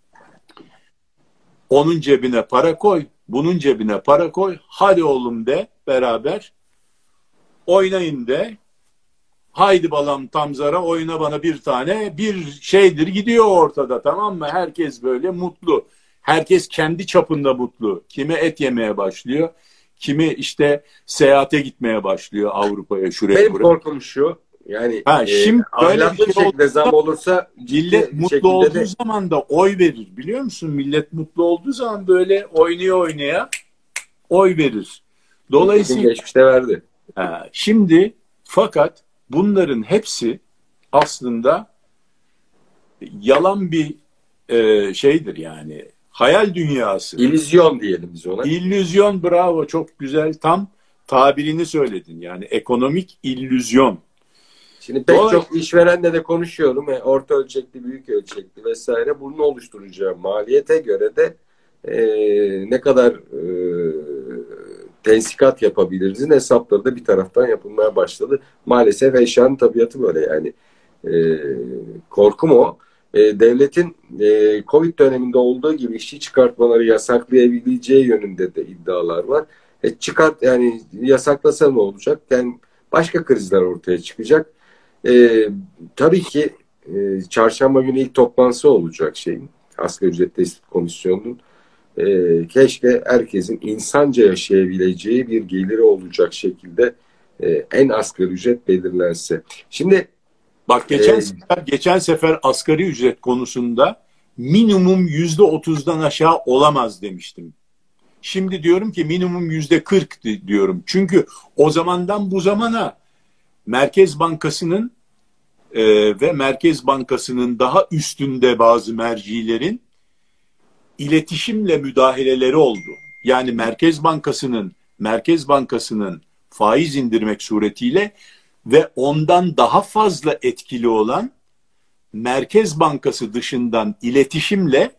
Onun cebine para koy, bunun cebine para koy. Hadi oğlum de beraber. Oynayın de. Haydi balam Tamzara oyna bana bir tane. Bir şeydir gidiyor ortada, tamam mı? Herkes böyle mutlu. Herkes kendi çapında mutlu. Kimi et yemeye başlıyor. Kimi işte seyahate gitmeye başlıyor Avrupa'ya, şuraya. Benim korkum şu. Yani şimdi ahlaklı bir şekilde zam olursa millet mutlu olduğu zaman da oy verir. Biliyor musun? Millet mutlu olduğu zaman böyle oynaya oy verir. Dolayısıyla geçmişte verdi. Şimdi fakat bunların hepsi aslında yalan bir şeydir yani. Hayal dünyası. İllüzyon diyelim biz ona. İllüzyon, bravo, çok güzel, tam tabirini söyledin. Yani ekonomik illüzyon. Şimdi pek çok işverenle de konuşuyorum. Orta ölçekli, büyük ölçekli vesaire. Bunun oluşturacağı maliyete göre de ne kadar tensikat yapabilirizin hesapları da bir taraftan yapılmaya başladı. Maalesef eşyanın tabiatı böyle yani. Korkum o. Devletin Covid döneminde olduğu gibi işçi çıkartmaları yasaklayabileceği yönünde de iddialar var. Yani yasaklasa ne olacak? Yani başka krizler ortaya çıkacak. Tabii ki çarşamba günü ilk toplantısı olacak asgari ücret tespit komisyonunun. Keşke herkesin insanca yaşayabileceği bir geliri olacak şekilde en asgari ücret belirlense. Şimdi bak geçen sefer asgari ücret konusunda minimum %30'dan aşağı olamaz demiştim. Şimdi diyorum ki minimum %40 diyorum. Çünkü o zamandan bu zamana Merkez Bankası'nın ve Merkez Bankası'nın daha üstünde bazı mercilerin iletişimle müdahaleleri oldu. Yani Merkez Bankası'nın faiz indirmek suretiyle ve ondan daha fazla etkili olan Merkez Bankası dışından iletişimle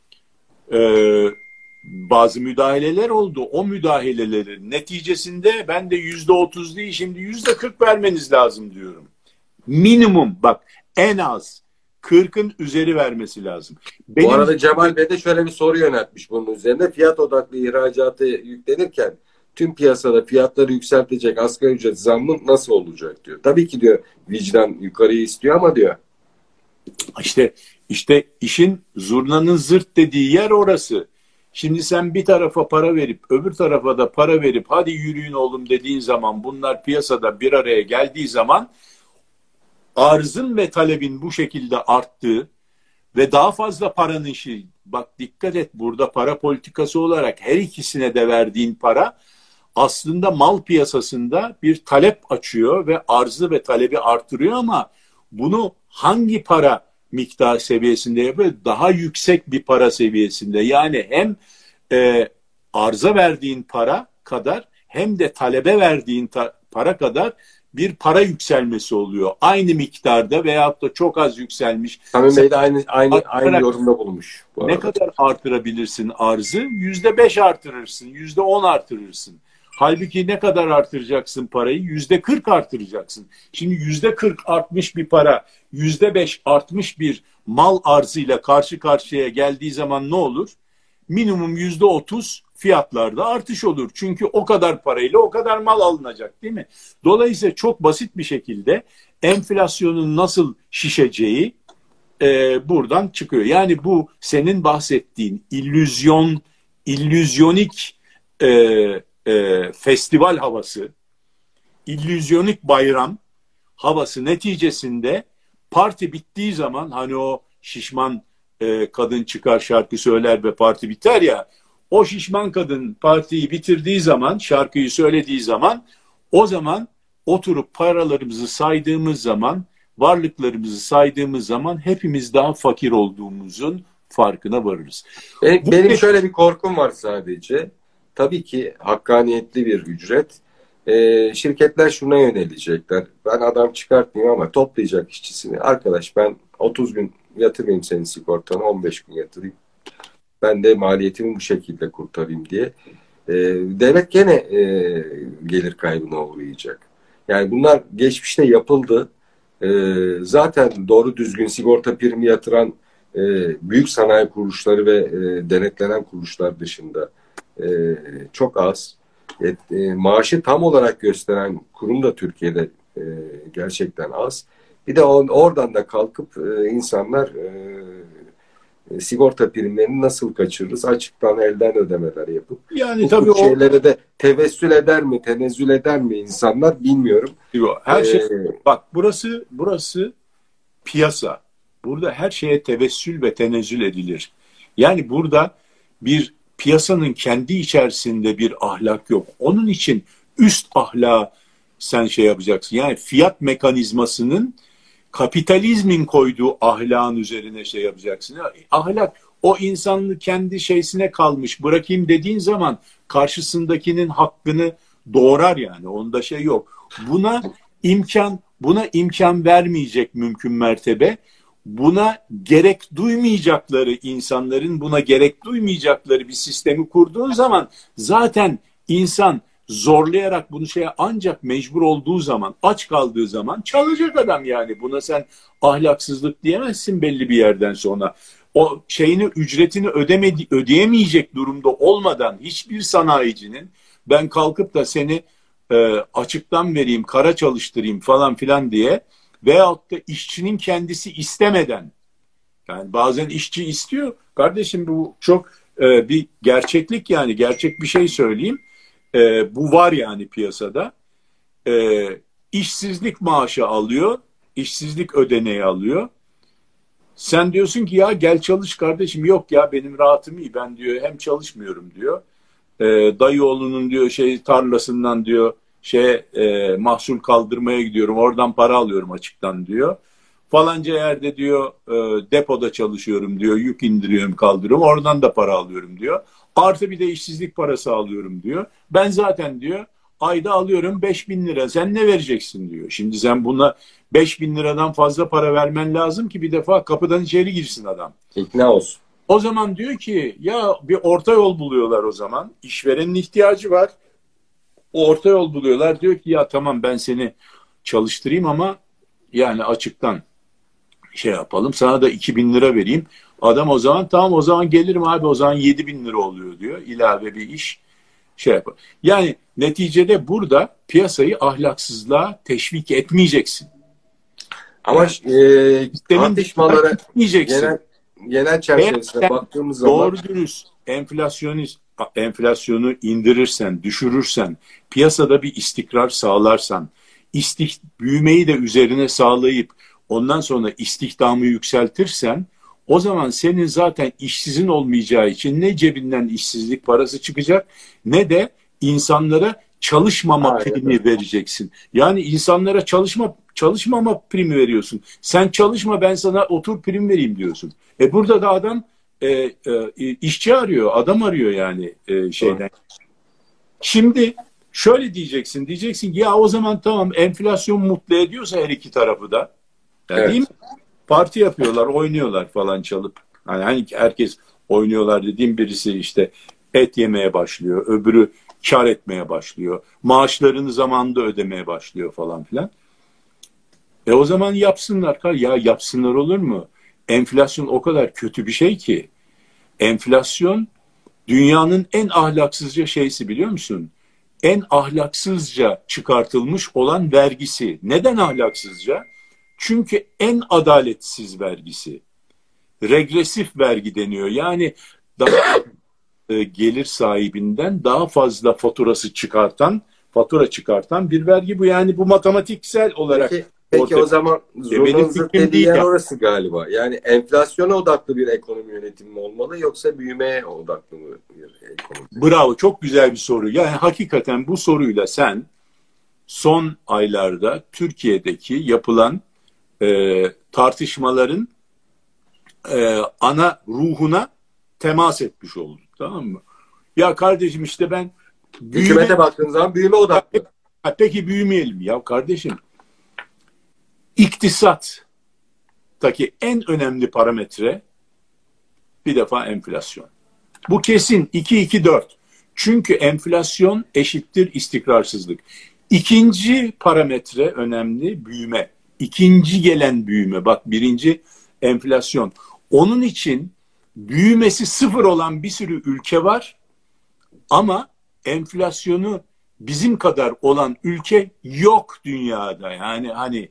bazı müdahaleler oldu. O müdahalelerin neticesinde ben de %30 değil şimdi %40 vermeniz lazım diyorum. Minimum bak, en az 40'ın üzeri vermesi lazım. Bu arada Cemal Bey de şöyle bir soru yöneltmiş bunun üzerine. Fiyat odaklı ihracatı yüklenirken tüm piyasada fiyatları yükseltecek asgari ücret zammı nasıl olacak diyor. Tabii ki diyor vicdan yukarıyı istiyor ama diyor. İşte işin zurnanın zırt dediği yer orası. Şimdi sen bir tarafa para verip öbür tarafa da para verip hadi yürüyün oğlum dediğin zaman, bunlar piyasada bir araya geldiği zaman arzın ve talebin bu şekilde arttığı ve daha fazla paranın bak dikkat et, burada para politikası olarak her ikisine de verdiğin para aslında mal piyasasında bir talep açıyor ve arzı ve talebi artırıyor, ama bunu hangi para miktar seviyesinde yapıyor? Daha yüksek bir para seviyesinde. Yani hem arza verdiğin para kadar hem de talebe verdiğin para kadar bir para yükselmesi oluyor. Aynı miktarda veyahut da çok az yükselmiş. Sami Bey de aynı yorumda bulmuş bu ne arada. kadar artırabilirsin arzı? %5 artırırsın, %10 artırırsın. Halbuki ne kadar artıracaksın parayı? %40 artıracaksın. Şimdi %40 artmış bir para, %5 artmış bir mal arzıyla karşı karşıya geldiği zaman ne olur? Minimum %30 fiyatlarda artış olur. Çünkü o kadar parayla o kadar mal alınacak, değil mi? Dolayısıyla çok basit bir şekilde enflasyonun nasıl şişeceği buradan çıkıyor. Yani bu senin bahsettiğin illüzyonik festival havası, illüzyonik bayram havası neticesinde parti bittiği zaman, hani o şişman kadın çıkar şarkı söyler ve parti biter ya, o şişman kadın partiyi bitirdiği zaman, şarkıyı söylediği zaman, o zaman oturup paralarımızı saydığımız zaman, varlıklarımızı saydığımız zaman hepimiz daha fakir olduğumuzun farkına varırız. Benim şöyle bir korkum var sadece. Tabii ki hakkaniyetli bir ücret. Şirketler şuna yönelecekler. Ben adam çıkartmayayım ama toplayacak işçisini. Arkadaş, ben 30 gün yatırayım senin sigortanı, 15 gün yatırayım. Ben de maliyetimi bu şekilde kurtarayım diye. Devlet gene gelir kaybına uğrayacak. Yani bunlar geçmişte yapıldı. Zaten doğru düzgün sigorta primi yatıran büyük sanayi kuruluşları ve denetlenen kuruluşlar dışında çok az. Maaşı tam olarak gösteren kurum da Türkiye'de gerçekten az. Bir de oradan da kalkıp insanlar sigorta primlerini nasıl kaçırırız? Açıktan elden ödemeler yapıp. Yani bu tabii şeylere de tevessül eder mi, tenezzül eder mi insanlar, bilmiyorum. Her şey, bak burası piyasa. Burada her şeye tevessül ve tenezzül edilir. Yani burada bir piyasanın kendi içerisinde bir ahlak yok. Onun için üst ahlakı sen şey yapacaksın. Yani fiyat mekanizmasının kapitalizmin koyduğu ahlakın üzerine şey yapacaksın. Ahlak o insanın kendi şeysine kalmış. Bırakayım dediğin zaman karşısındakinin hakkını doğrar yani. Onda şey yok. Buna imkan vermeyecek mümkün mertebe. Buna gerek duymayacakları insanların buna gerek duymayacakları bir sistemi kurduğun zaman zaten insan zorlayarak bunu ancak mecbur olduğu zaman, aç kaldığı zaman çalacak adam yani. Buna sen ahlaksızlık diyemezsin belli bir yerden sonra. O ücretini ödeyemeyecek durumda olmadan hiçbir sanayicinin ben kalkıp da seni açıktan vereyim, kara çalıştırayım falan filan diye veyahut da işçinin kendisi istemeden, yani bazen işçi istiyor. Kardeşim bu çok bir gerçeklik, yani gerçek bir şey söyleyeyim. Bu var yani piyasada. İşsizlik maaşı alıyor, işsizlik ödeneği alıyor. Sen diyorsun ki ya gel çalış kardeşim, yok ya benim rahatım iyi, ben diyor hem çalışmıyorum diyor. Dayı oğlunun diyor tarlasından diyor mahsul kaldırmaya gidiyorum, oradan para alıyorum açıktan diyor. Falanca yerde diyor depoda çalışıyorum diyor, yük indiriyorum kaldırıyorum, oradan da para alıyorum diyor. Artı bir de işsizlik parası alıyorum diyor. Ben zaten diyor ayda alıyorum 5.000 lira, sen ne vereceksin diyor. Şimdi sen buna 5.000 liradan fazla para vermen lazım ki bir defa kapıdan içeri girsin adam. İkna olsun. O zaman diyor ki ya bir orta yol buluyorlar o zaman. İşverenin ihtiyacı var. O orta yol buluyorlar. Diyor ki ya tamam ben seni çalıştırayım ama yani açıktan yapalım. Sana da 2.000 lira vereyim. Adam o zaman tamam o zaman gelirim abi, o zaman 7.000 lira oluyor diyor. İlave bir iş yapar. Yani neticede burada piyasayı ahlaksızlığa teşvik etmeyeceksin. Ama tartışmalara genel çerçevesine baktığımız zaman doğru dürüst enflasyonu indirirsen, düşürürsen, piyasada bir istikrar sağlarsan, büyümeyi de üzerine sağlayıp ondan sonra istihdamı yükseltirsen, o zaman senin zaten işsizin olmayacağı için ne cebinden işsizlik parası çıkacak ne de insanlara çalışmama primi vereceksin. Yani insanlara çalışmama primi veriyorsun. Sen çalışma ben sana otur prim vereyim diyorsun. Burada da adam işçi arıyor, adam arıyor yani şeyden. Şimdi Şöyle diyeceksin. Diyeceksin ki ya o zaman tamam, enflasyon mutlu ediyorsa her iki tarafı da. Ya Evet. değil mi? Parti yapıyorlar, oynuyorlar falan çalıp. Hani herkes oynuyorlar dediğim, birisi işte et yemeye başlıyor. Öbürü kar etmeye başlıyor. Maaşlarını zamanında ödemeye başlıyor falan filan. O zaman yapsınlar. Ya yapsınlar olur mu? Enflasyon o kadar kötü bir şey ki. Enflasyon dünyanın en ahlaksızca şeysi, biliyor musun? En ahlaksızca çıkartılmış olan vergisi. Neden ahlaksızca? Çünkü en adaletsiz vergisi. Regresif vergi deniyor. Yani daha gelir sahibinden daha fazla fatura çıkartan bir vergi bu. Yani bu matematiksel olarak Peki o zaman Zurna'nın zıt dediği yer ya. orası galiba. Yani enflasyona odaklı bir ekonomi yönetimi mi olmalı, yoksa büyümeye odaklı mı bir ekonomi? Bravo, çok güzel bir soru. Yani hakikaten bu soruyla sen son aylarda Türkiye'deki yapılan tartışmaların ana ruhuna temas etmiş oldun. Tamam mı? Ya kardeşim işte ben Hükümete baktığın zaman büyüme odaklı. Peki büyümeyelim. Ya kardeşim, iktisattaki en önemli parametre bir defa enflasyon. Bu kesin 2-2-4. Çünkü enflasyon eşittir istikrarsızlık. İkinci parametre önemli, büyüme. İkinci gelen büyüme. Bak, birinci enflasyon. Onun için büyümesi sıfır olan bir sürü ülke var ama enflasyonu bizim kadar olan ülke yok dünyada. Yani hani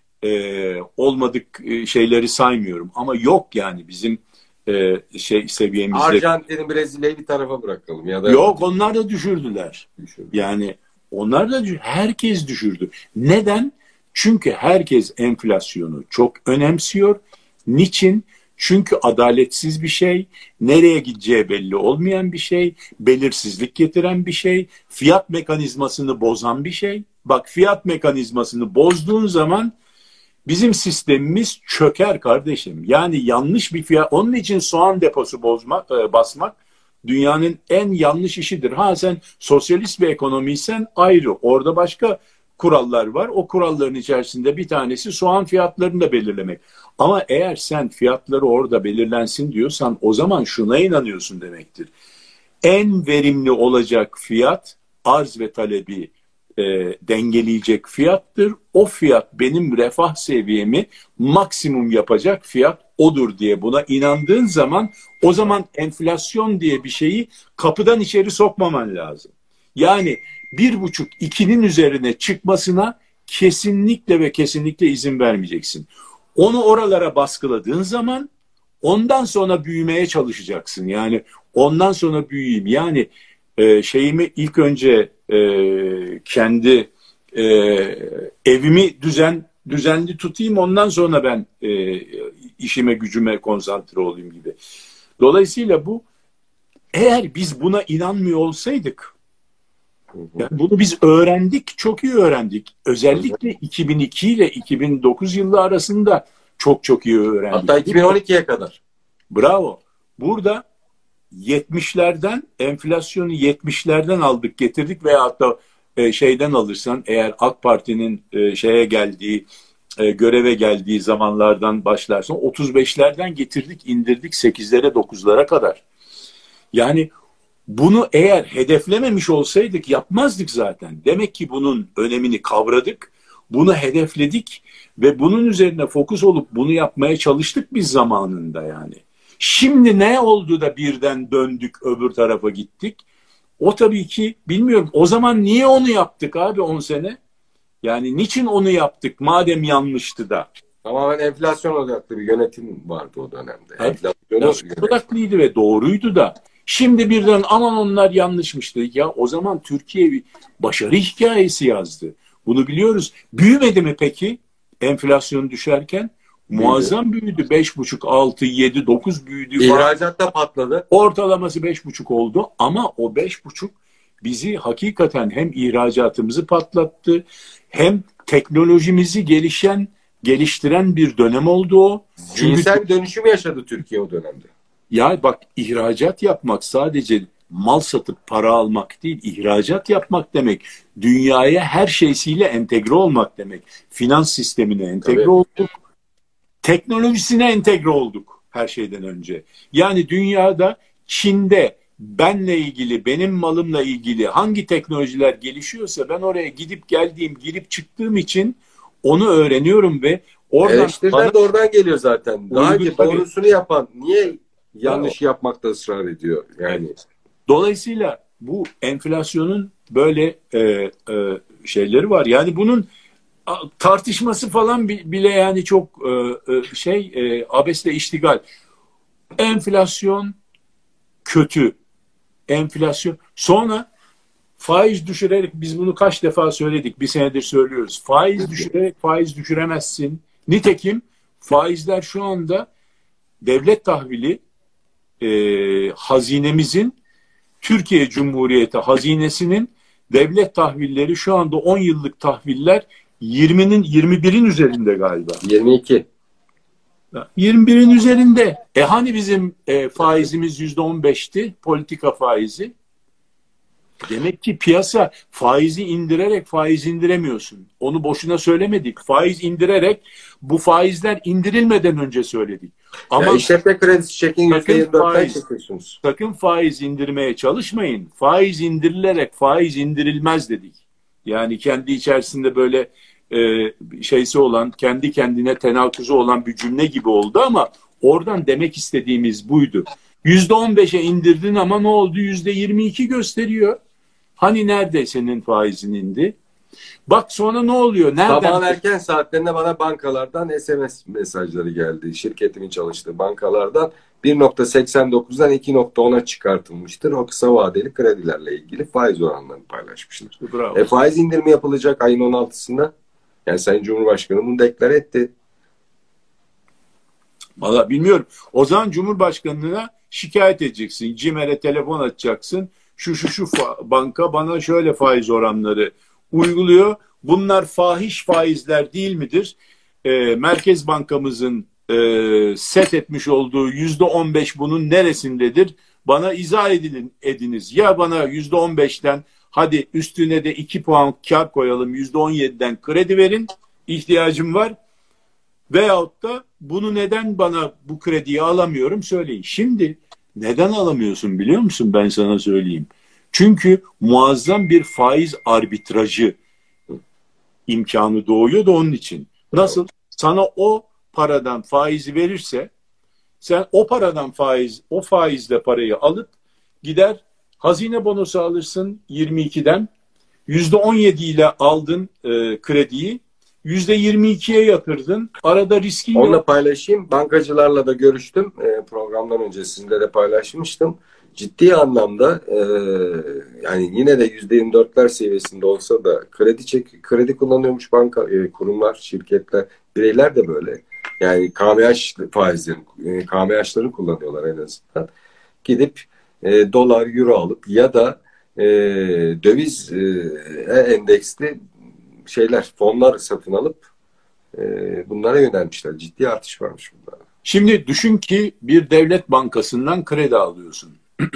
olmadık şeyleri saymıyorum ama yok yani bizim seviyemizde. Arjantin'i, Brezilya'yı bir tarafa bırakalım ya da. Yok, onlar da düşürdüler. Yani onlar da herkes düşürdü. Neden? Çünkü herkes enflasyonu çok önemsiyor. Niçin? Çünkü adaletsiz bir şey, nereye gideceği belli olmayan bir şey, belirsizlik getiren bir şey, fiyat mekanizmasını bozan bir şey. Bak, fiyat mekanizmasını bozduğun zaman bizim sistemimiz çöker kardeşim. Yani yanlış bir fiyat. Onun için soğan deposu basmak dünyanın en yanlış işidir. Ha, sen sosyalist bir ekonomiysen ayrı. Orada başka kurallar var. O kuralların içerisinde bir tanesi soğan fiyatlarını da belirlemek. Ama eğer sen fiyatları orada belirlensin diyorsan, o zaman şuna inanıyorsun demektir. En verimli olacak fiyat arz ve talebi dengeleyecek fiyattır. O fiyat benim refah seviyemi maksimum yapacak fiyat odur diye buna inandığın zaman, o zaman enflasyon diye bir şeyi kapıdan içeri sokmaman lazım. Yani 1,5-2'nin üzerine çıkmasına kesinlikle ve kesinlikle izin vermeyeceksin. Onu oralara baskıladığın zaman ondan sonra büyümeye çalışacaksın. Yani ondan sonra büyüyeyim. Yani şeyimi ilk önce kendi evimi düzenli tutayım, ondan sonra ben işime gücüme konsantre olayım gibi. Dolayısıyla bu, eğer biz buna inanmıyor olsaydık, yani bunu biz öğrendik, çok iyi öğrendik. Özellikle 2002 ile 2009 yılı arasında çok iyi öğrendik. Hatta 2012'ye kadar. Bravo. Burada 70'lerden, enflasyonu 70'lerden aldık getirdik, veya hatta şeyden alırsan eğer, AK Parti'nin göreve geldiği zamanlardan başlarsan 35'lerden getirdik, indirdik 8'lere 9'lara kadar. Yani bunu eğer hedeflememiş olsaydık yapmazdık zaten. Demek ki bunun önemini kavradık, bunu hedefledik ve bunun üzerine fokus olup bunu yapmaya çalıştık biz zamanında yani. Şimdi ne oldu da birden döndük öbür tarafa gittik? O tabii ki bilmiyorum. O zaman niye onu yaptık abi 10 sene? Yani niçin onu yaptık madem yanlıştı da? Tamamen enflasyon odaklı bir yönetim vardı o dönemde. Enflasyon odaklıydı ve doğruydu da. Şimdi birden aman onlar yanlışmış dedik. Ya o zaman Türkiye bir başarı hikayesi yazdı. Bunu biliyoruz. Büyümedi mi peki enflasyon düşerken? Muazzam büyüdü. 5,5, 6, 7, 9 büyüdü. İhracat da patladı. Ortalaması 5,5 oldu ama o 5,5 bizi hakikaten hem ihracatımızı patlattı, hem teknolojimizi geliştiren bir dönem oldu o. Zihinsel bir dönüşüm yaşadı Türkiye o dönemde. Ya bak, ihracat yapmak sadece mal satıp para almak değil, ihracat yapmak demek. Dünyaya her şeysiyle entegre olmak demek. Finans sistemine entegre Tabii. olduk. Teknolojisine entegre olduk her şeyden önce. Yani dünyada, Çin'de benle ilgili, benim malımla ilgili hangi teknolojiler gelişiyorsa ben oraya gidip geldiğim, girip çıktığım için onu öğreniyorum ve oradan Eleştiriler de oradan geliyor zaten. Daha önce tabii. doğrusunu yapan niye yanlış yapmakta ısrar ediyor? Yani Dolayısıyla bu enflasyonun böyle şeyleri var. Yani bunun tartışması falan bile yani çok abesle iştigal. Enflasyon kötü. Enflasyon. Sonra faiz düşürerek, biz bunu kaç defa söyledik, bir senedir söylüyoruz. Faiz düşürerek faiz düşüremezsin. Nitekim faizler şu anda devlet tahvili hazinemizin, Türkiye Cumhuriyeti hazinesinin devlet tahvilleri şu anda 10 yıllık tahviller 21'in üzerinde galiba. 22. 21'in üzerinde. Hani bizim faizimiz %15'ti, politika faizi. Demek ki piyasa faizi indirerek faiz indiremiyorsun. Onu boşuna söylemedik. Faiz indirerek, bu faizler indirilmeden önce söyledik. Ama işletme kredisi çekin %24'ten çekiyorsunuz. Sakın faiz indirmeye çalışmayın. Faiz indirilerek faiz indirilmez dedik. Yani kendi içerisinde böyle şeysi olan, kendi kendine tenakkuzu olan bir cümle gibi oldu ama oradan demek istediğimiz buydu. %15'e indirdin ama ne oldu? %22 gösteriyor. Hani nerede senin faizin indi? Bak sonra ne oluyor? Nereden? Sabahın erken saatlerinde bana bankalardan SMS mesajları geldi. Şirketimin çalıştığı bankalardan 1.89'dan 2.10'a çıkartılmıştır. O kısa vadeli kredilerle ilgili faiz oranlarını paylaşmışlar. Bravo. Faiz indirimi yapılacak ayın 16'sında. Yani Sayın Cumhurbaşkanı bunu deklar etti. Valla bilmiyorum. O zaman Cumhurbaşkanlığına şikayet edeceksin. CİMER'e telefon açacaksın. Şu banka bana şöyle faiz oranları uyguluyor. Bunlar fahiş faizler değil midir? Merkez Bankamızın set etmiş olduğu %15 bunun neresindedir? Bana izah ediniz. Ya bana %15'ten hadi üstüne de 2 puan kar koyalım, %17'den kredi verin, ihtiyacım var. Veyahut da bunu neden bana bu krediyi alamıyorum söyleyin. Şimdi neden alamıyorsun biliyor musun, ben sana söyleyeyim. Çünkü muazzam bir faiz arbitrajı imkanı doğuyor da onun için. Nasıl? Sana o paradan faizi verirse sen o paradan o faizle parayı alıp gider hazine bonosu alırsın 22'den, %17 ile aldın krediyi, %22'ye yatırdın. Arada riskin yok. Onunla paylaşayım. Bankacılarla da görüştüm. Programdan önce sizinle de paylaşmıştım. Ciddi anlamda yani yine de %24'ler seviyesinde olsa da kredi kullanıyormuş banka, kurumlar, şirketler, bireyler de böyle. Yani KMH faizlerini, KMH'ları kullanıyorlar en azından. Gidip dolar, euro alıp ya da döviz endeksli fonlar satın alıp bunlara yönelmişler. Ciddi artış varmış bunda. Şimdi düşün ki bir devlet bankasından kredi alıyorsun.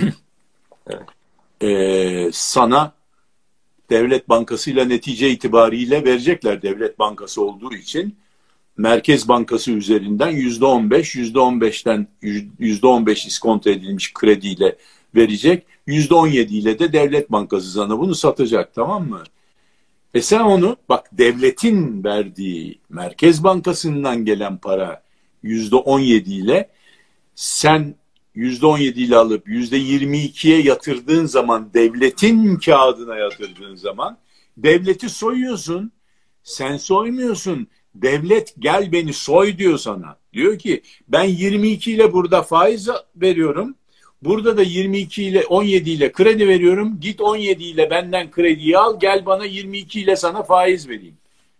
Evet. Sana devlet bankasıyla netice itibariyle verecekler, devlet bankası olduğu için. Merkez Bankası üzerinden %15'ten %15 iskonto edilmiş krediyle verecek. %17 ile de devlet bankası sana bunu satacak, tamam mı? Sen onu, bak, devletin verdiği Merkez Bankası'ndan gelen para %17 ile, sen %17 ile alıp %22'ye yatırdığın zaman, devletin kağıdına yatırdığın zaman devleti soyuyorsun. Sen soymuyorsun. Devlet gel beni soy diyor sana. Diyor ki ben 22 ile burada faiz veriyorum. Burada da 22 ile 17 ile kredi veriyorum. Git 17 ile benden krediyi al, gel bana 22 ile sana faiz vereyim.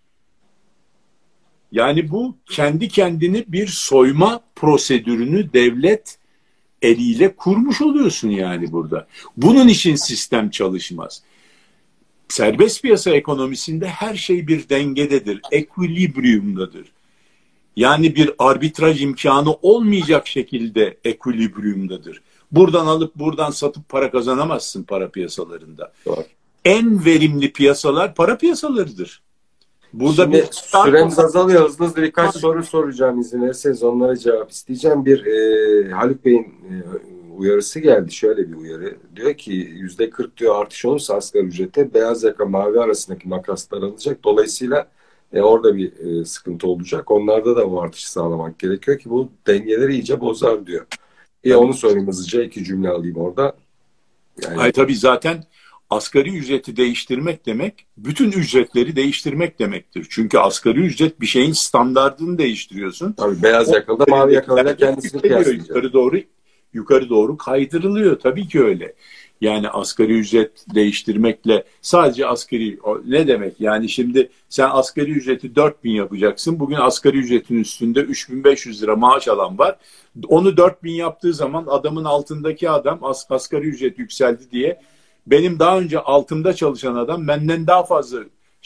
Yani bu kendi kendini bir soyma prosedürünü devlet eliyle kurmuş oluyorsun yani burada. Bunun için sistem çalışmaz. Serbest piyasa ekonomisinde her şey bir dengededir, ekvilibriyumdadır. Yani bir arbitraj imkanı olmayacak şekilde ekvilibriyumdadır. Buradan alıp buradan satıp para kazanamazsın para piyasalarında. Doğru. En verimli piyasalar para piyasalarıdır. Burada Şimdi süremiz azalıyor. Hızlı hızlı birkaç soru soracağım, izin verirseniz onlara cevap isteyeceğim. Haluk Bey'in uyarısı geldi. Şöyle bir uyarı. Diyor ki %40 diyor artış olursa asgari ücrete beyaz yaka mavi arasındaki makaslar alınacak. Dolayısıyla orada bir sıkıntı olacak. Onlarda da bu artışı sağlamak gerekiyor ki bu dengeleri iyice bozar diyor. Onu sorayım hızlıca. 2 cümle alayım orada. Yani... tabii zaten asgari ücreti değiştirmek demek, bütün ücretleri değiştirmek demektir. Çünkü asgari ücret bir şeyin standardını değiştiriyorsun. Tabii beyaz yakalı da mavi yakalıyla kendisini kıyaslayacak. Yukarı doğru kaydırılıyor. Tabii ki öyle. Yani asgari ücret değiştirmekle sadece asgari ne demek? Yani şimdi sen asgari ücreti 4.000 yapacaksın. Bugün asgari ücretin üstünde 3.500 lira maaş alan var. Onu 4.000 yaptığı zaman adamın altındaki adam asgari ücret yükseldi diye benim daha önce altımda çalışan adam benden daha fazla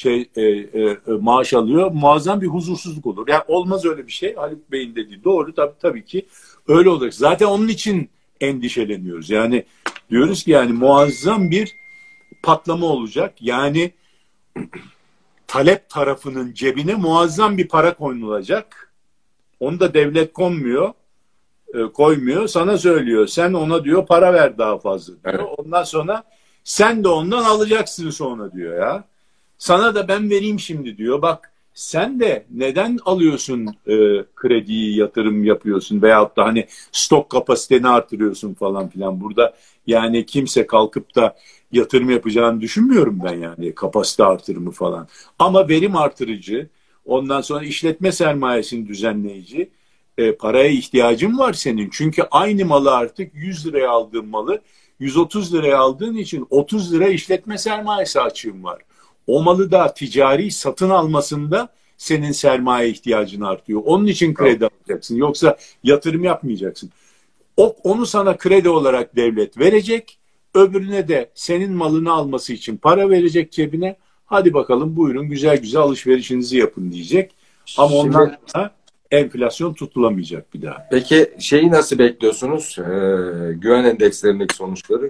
maaş alıyor. Muazzam bir huzursuzluk olur. Yani olmaz öyle bir şey. Haluk Bey'in dediği doğru, tabii ki öyle olacak. Zaten onun için endişeleniyoruz. Yani diyoruz ki yani muazzam bir patlama olacak. Yani talep tarafının cebine muazzam bir para konulacak. Onu da devlet koymuyor. Sana söylüyor. Sen ona diyor para ver daha fazla diyor. Evet. Ondan sonra sen de ondan alacaksın sonra diyor ya. Sana da ben vereyim şimdi diyor. Bak sen de neden alıyorsun krediyi, yatırım yapıyorsun veyahut da hani stok kapasiteni artırıyorsun falan filan. Burada yani kimse kalkıp da yatırım yapacağını düşünmüyorum ben yani kapasite artırımı falan. Ama verim artırıcı, ondan sonra işletme sermayesini düzenleyici paraya ihtiyacın var senin. Çünkü aynı malı artık 100 liraya aldığın malı 130 liraya aldığın için 30 lira işletme sermayesi açığın var. O malı da ticari satın almasında senin sermaye ihtiyacın artıyor. Onun için kredi alacaksın. Yoksa yatırım yapmayacaksın. Onu sana kredi olarak devlet verecek. Öbürüne de senin malını alması için para verecek cebine. Hadi bakalım buyurun güzel güzel alışverişinizi yapın diyecek. Ama ondan sonra enflasyon tutulamayacak bir daha. Peki şeyi nasıl bekliyorsunuz? Güven endekslerindeki sonuçları,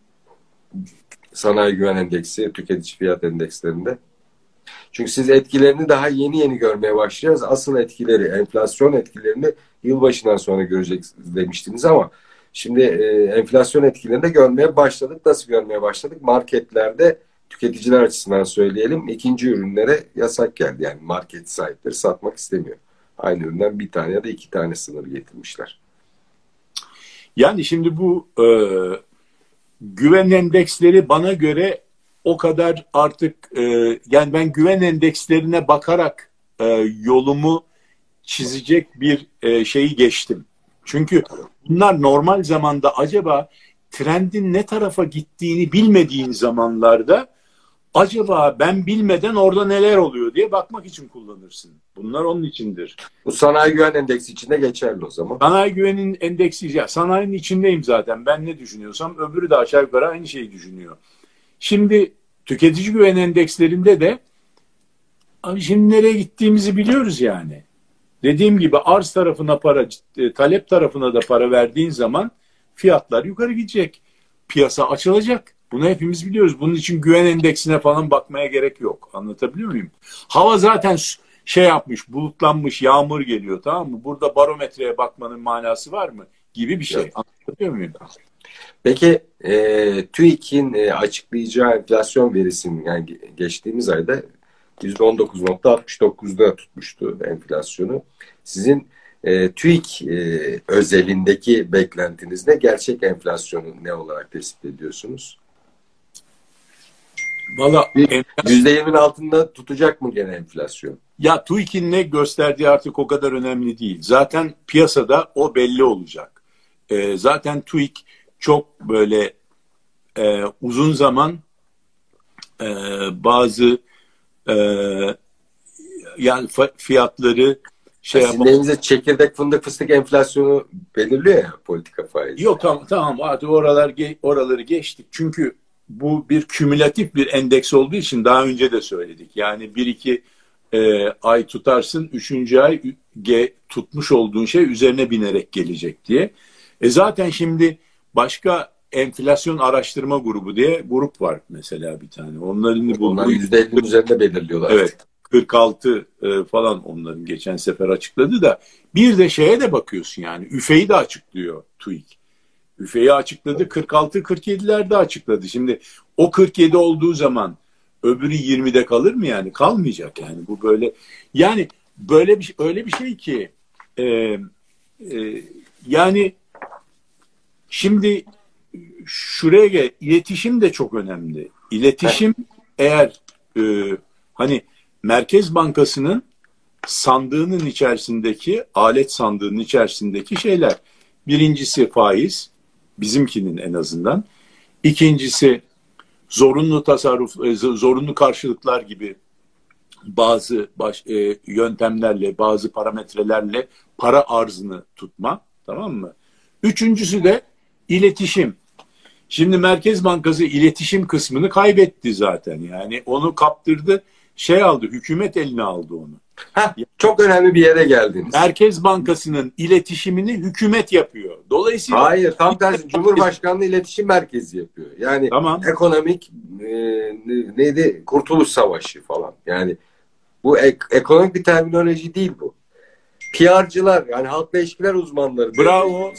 sanayi güven endeksi, tüketici fiyat endekslerinde. Çünkü siz etkilerini daha yeni görmeye başlayacağız. Asıl etkileri, enflasyon etkilerini yılbaşından sonra göreceksiniz demiştiniz ama şimdi enflasyon etkilerini de görmeye başladık. Nasıl görmeye başladık? Marketlerde tüketiciler açısından söyleyelim. İkinci ürünlere yasak geldi. Yani market sahipleri satmak istemiyor. Aynı üründen bir tane ya da 2 tane sınır getirmişler. Yani şimdi bu güven endeksleri bana göre o kadar artık yani ben güven endekslerine bakarak yolumu çizecek bir şeyi geçtim. Çünkü bunlar normal zamanda acaba trendin ne tarafa gittiğini bilmediğin zamanlarda acaba ben bilmeden orada neler oluyor diye bakmak için kullanırsın. Bunlar onun içindir. Bu sanayi güven endeksi içinde geçerli o zaman. Sanayi güvenin endeksi, ya sanayinin içindeyim zaten. Ben ne düşünüyorsam öbürü de aşağı yukarı aynı şeyi düşünüyor. Şimdi tüketici güven endekslerinde de abi şimdi nereye gittiğimizi biliyoruz yani. Dediğim gibi arz tarafına para, talep tarafına da para verdiğin zaman fiyatlar yukarı gidecek. Piyasa açılacak. Bunu hepimiz biliyoruz. Bunun için güven endeksine falan bakmaya gerek yok. Anlatabiliyor muyum? Hava zaten yapmış, bulutlanmış, yağmur geliyor, tamam mı? Burada barometreye bakmanın manası var mı? Gibi bir şey. Evet. Anlatabiliyor muyum? Peki TÜİK'in açıklayacağı enflasyon verisinin yani geçtiğimiz ayda %19.69'da tutmuştu enflasyonu. Sizin TÜİK özelindeki beklentiniz ne? Gerçek enflasyonu ne olarak tespit ediyorsunuz? Valla %20'nin altında tutacak mı gene enflasyon? Ya TÜİK'in ne gösterdiği artık o kadar önemli değil. Zaten piyasada o belli olacak. Zaten TÜİK çok böyle uzun zaman bazı yani fiyatları sizin elinizde çekirdek fındık fıstık enflasyonu belirliyor ya politika faizi. Yok tamam artık oraları geçtik. Çünkü bu bir kümülatif bir endeks olduğu için daha önce de söyledik. Yani 1-2 ay tutarsın, 3. ay tutmuş olduğun şey üzerine binerek gelecek diye. Zaten şimdi başka enflasyon araştırma grubu diye grup var mesela bir tane. Onların Onlar %50'nin üzerinde belirliyorlar. Evet. 46 falan onların geçen sefer açıkladı da bir de şeye de bakıyorsun yani üfeyi de açıklıyor TÜİK. Üfeyi açıkladı 46-47'lerde açıkladı. Şimdi o 47 olduğu zaman öbürü 20'de kalır mı yani? Kalmayacak yani bu böyle. Yani böyle bir öyle bir şey ki yani şimdi şuraya gel, iletişim de çok önemli. İletişim eğer hani Merkez Bankası'nın sandığının içerisindeki, alet sandığının içerisindeki şeyler. Birincisi faiz, bizimkinin en azından. İkincisi zorunlu tasarruf, zorunlu karşılıklar gibi bazı yöntemlerle, bazı parametrelerle para arzını tutma, tamam mı? Üçüncüsü de iletişim. Şimdi Merkez Bankası iletişim kısmını kaybetti zaten. Yani onu kaptırdı, aldı, hükümet eline aldı onu. Çok önemli bir yere geldiniz. Merkez Bankası'nın iletişimini hükümet yapıyor. Dolayısıyla hayır, tam tersi Cumhurbaşkanlığı iletişim merkezi yapıyor. Yani tamam. Ekonomik neydi? Kurtuluş Savaşı falan. Yani bu ekonomik bir terminoloji değil bu. PR'cılar yani halkla ilişkiler uzmanları. Bravo.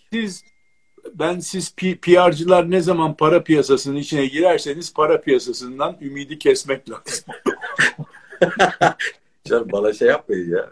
Siz PR'cılar ne zaman para piyasasının içine girerseniz para piyasasından ümidi kesmek lazım. Canım bana şey yapmayın ya.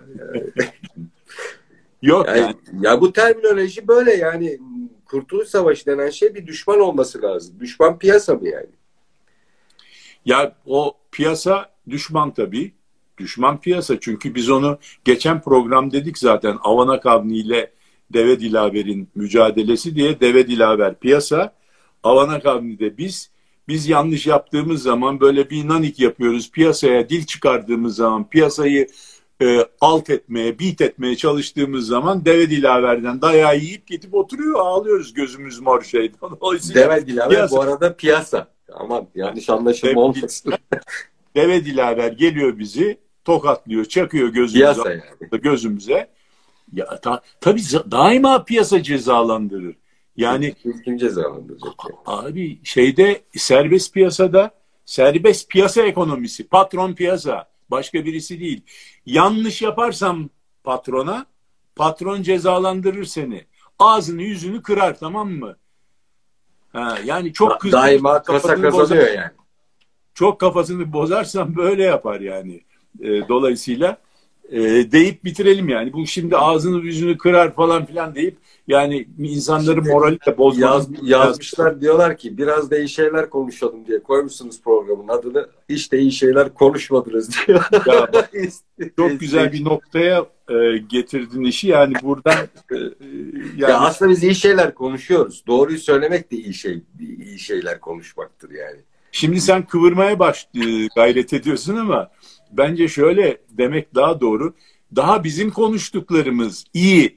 Yok yani. Ya bu terminoloji böyle yani Kurtuluş Savaşı denen şey bir düşman olması lazım. Düşman piyasa mı yani? Ya o piyasa düşman tabii. Düşman piyasa çünkü biz onu geçen program dedik zaten Avanak Avni ile Deve Dilaver'in mücadelesi diye Deve Dilaver piyasa. Avanak Avni'de biz yanlış yaptığımız zaman böyle bir nanik yapıyoruz. Piyasaya dil çıkardığımız zaman piyasayı alt etmeye, beat etmeye çalıştığımız zaman Deve Dilaver'den dayağı yiyip gidip oturuyor. Ağlıyoruz gözümüz mor şeyden. Deve Dilaver bu arada piyasa. Aman yanlış anlaşılma olmasın. Deve Dilaver geliyor bizi tokatlıyor, çakıyor gözümüze. Ya tabii daima piyasa cezalandırır. Yani kim cezalandıracak? Abi serbest piyasada serbest piyasa ekonomisi, patron piyasa, başka birisi değil. Yanlış yaparsam patron cezalandırır seni. Ağzını yüzünü kırar, tamam mı? Yani çok daima kasa kazanıyor yani. Çok kafasını bozarsan böyle yapar yani. Dolayısıyla deyip bitirelim yani. Bu şimdi ağzını yüzünü kırar falan filan deyip yani insanların morali de bozmak. Yazmışlar diyorlar ki biraz da iyi şeyler konuşalım diye koymuşsunuz programın adını. Hiç de iyi şeyler konuşmadınız diyor. Ya, çok güzel bir noktaya getirdin işi yani buradan yani ya aslında biz iyi şeyler konuşuyoruz. Doğruyu söylemek de iyi şeyler konuşmaktır yani. Şimdi sen kıvırmaya gayret ediyorsun ama bence şöyle demek daha doğru. Daha bizim konuştuklarımız iyi.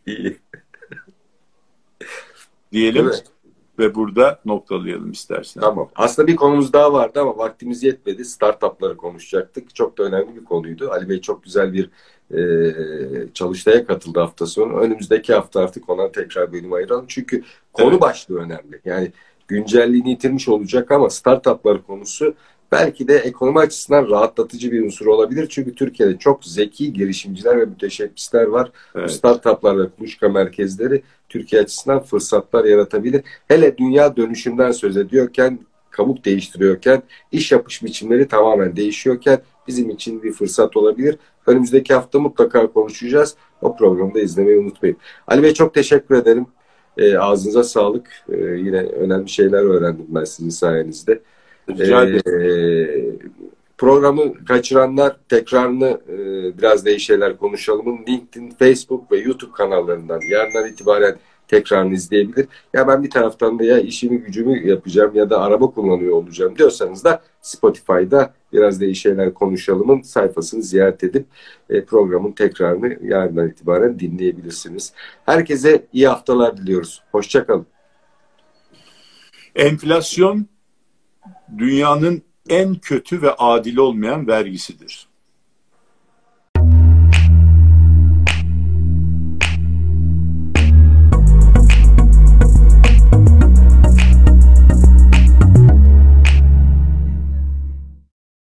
Diyelim ve burada noktalayalım istersen. Tamam. Aslında bir konumuz daha vardı ama vaktimiz yetmedi. Startupları konuşacaktık. Çok da önemli bir konuydu. Ali Bey çok güzel bir çalıştaya katıldı hafta sonu. Önümüzdeki hafta artık ona tekrar bölüm ayıralım. Çünkü konu başlığı önemli. Yani güncelliğini yitirmiş olacak ama startuplar konusu belki de ekonomi açısından rahatlatıcı bir unsur olabilir. Çünkü Türkiye'de çok zeki girişimciler ve müteşebbisler var. Evet. Bu startuplar ve kuluçka merkezleri Türkiye açısından fırsatlar yaratabilir. Hele dünya dönüşümden söz ediyorken, kabuk değiştiriyorken, iş yapış biçimleri tamamen değişiyorken bizim için bir fırsat olabilir. Önümüzdeki hafta mutlaka konuşacağız. O programı da izlemeyi unutmayın. Ali Bey çok teşekkür ederim. Ağzınıza sağlık. Yine önemli şeyler öğrendim ben sizin sayenizde. Programı kaçıranlar tekrarını biraz değişik şeyler konuşalımın LinkedIn, Facebook ve YouTube kanallarından yarından itibaren tekrarını izleyebilir. Ya ben bir taraftan da ya işimi gücümü yapacağım ya da araba kullanıyor olacağım diyorsanız da Spotify'da biraz değişik şeyler konuşalımın sayfasını ziyaret edip programın tekrarını yarından itibaren dinleyebilirsiniz. Herkese iyi haftalar diliyoruz. Hoşça kalın. Enflasyon dünyanın en kötü ve adil olmayan vergisidir.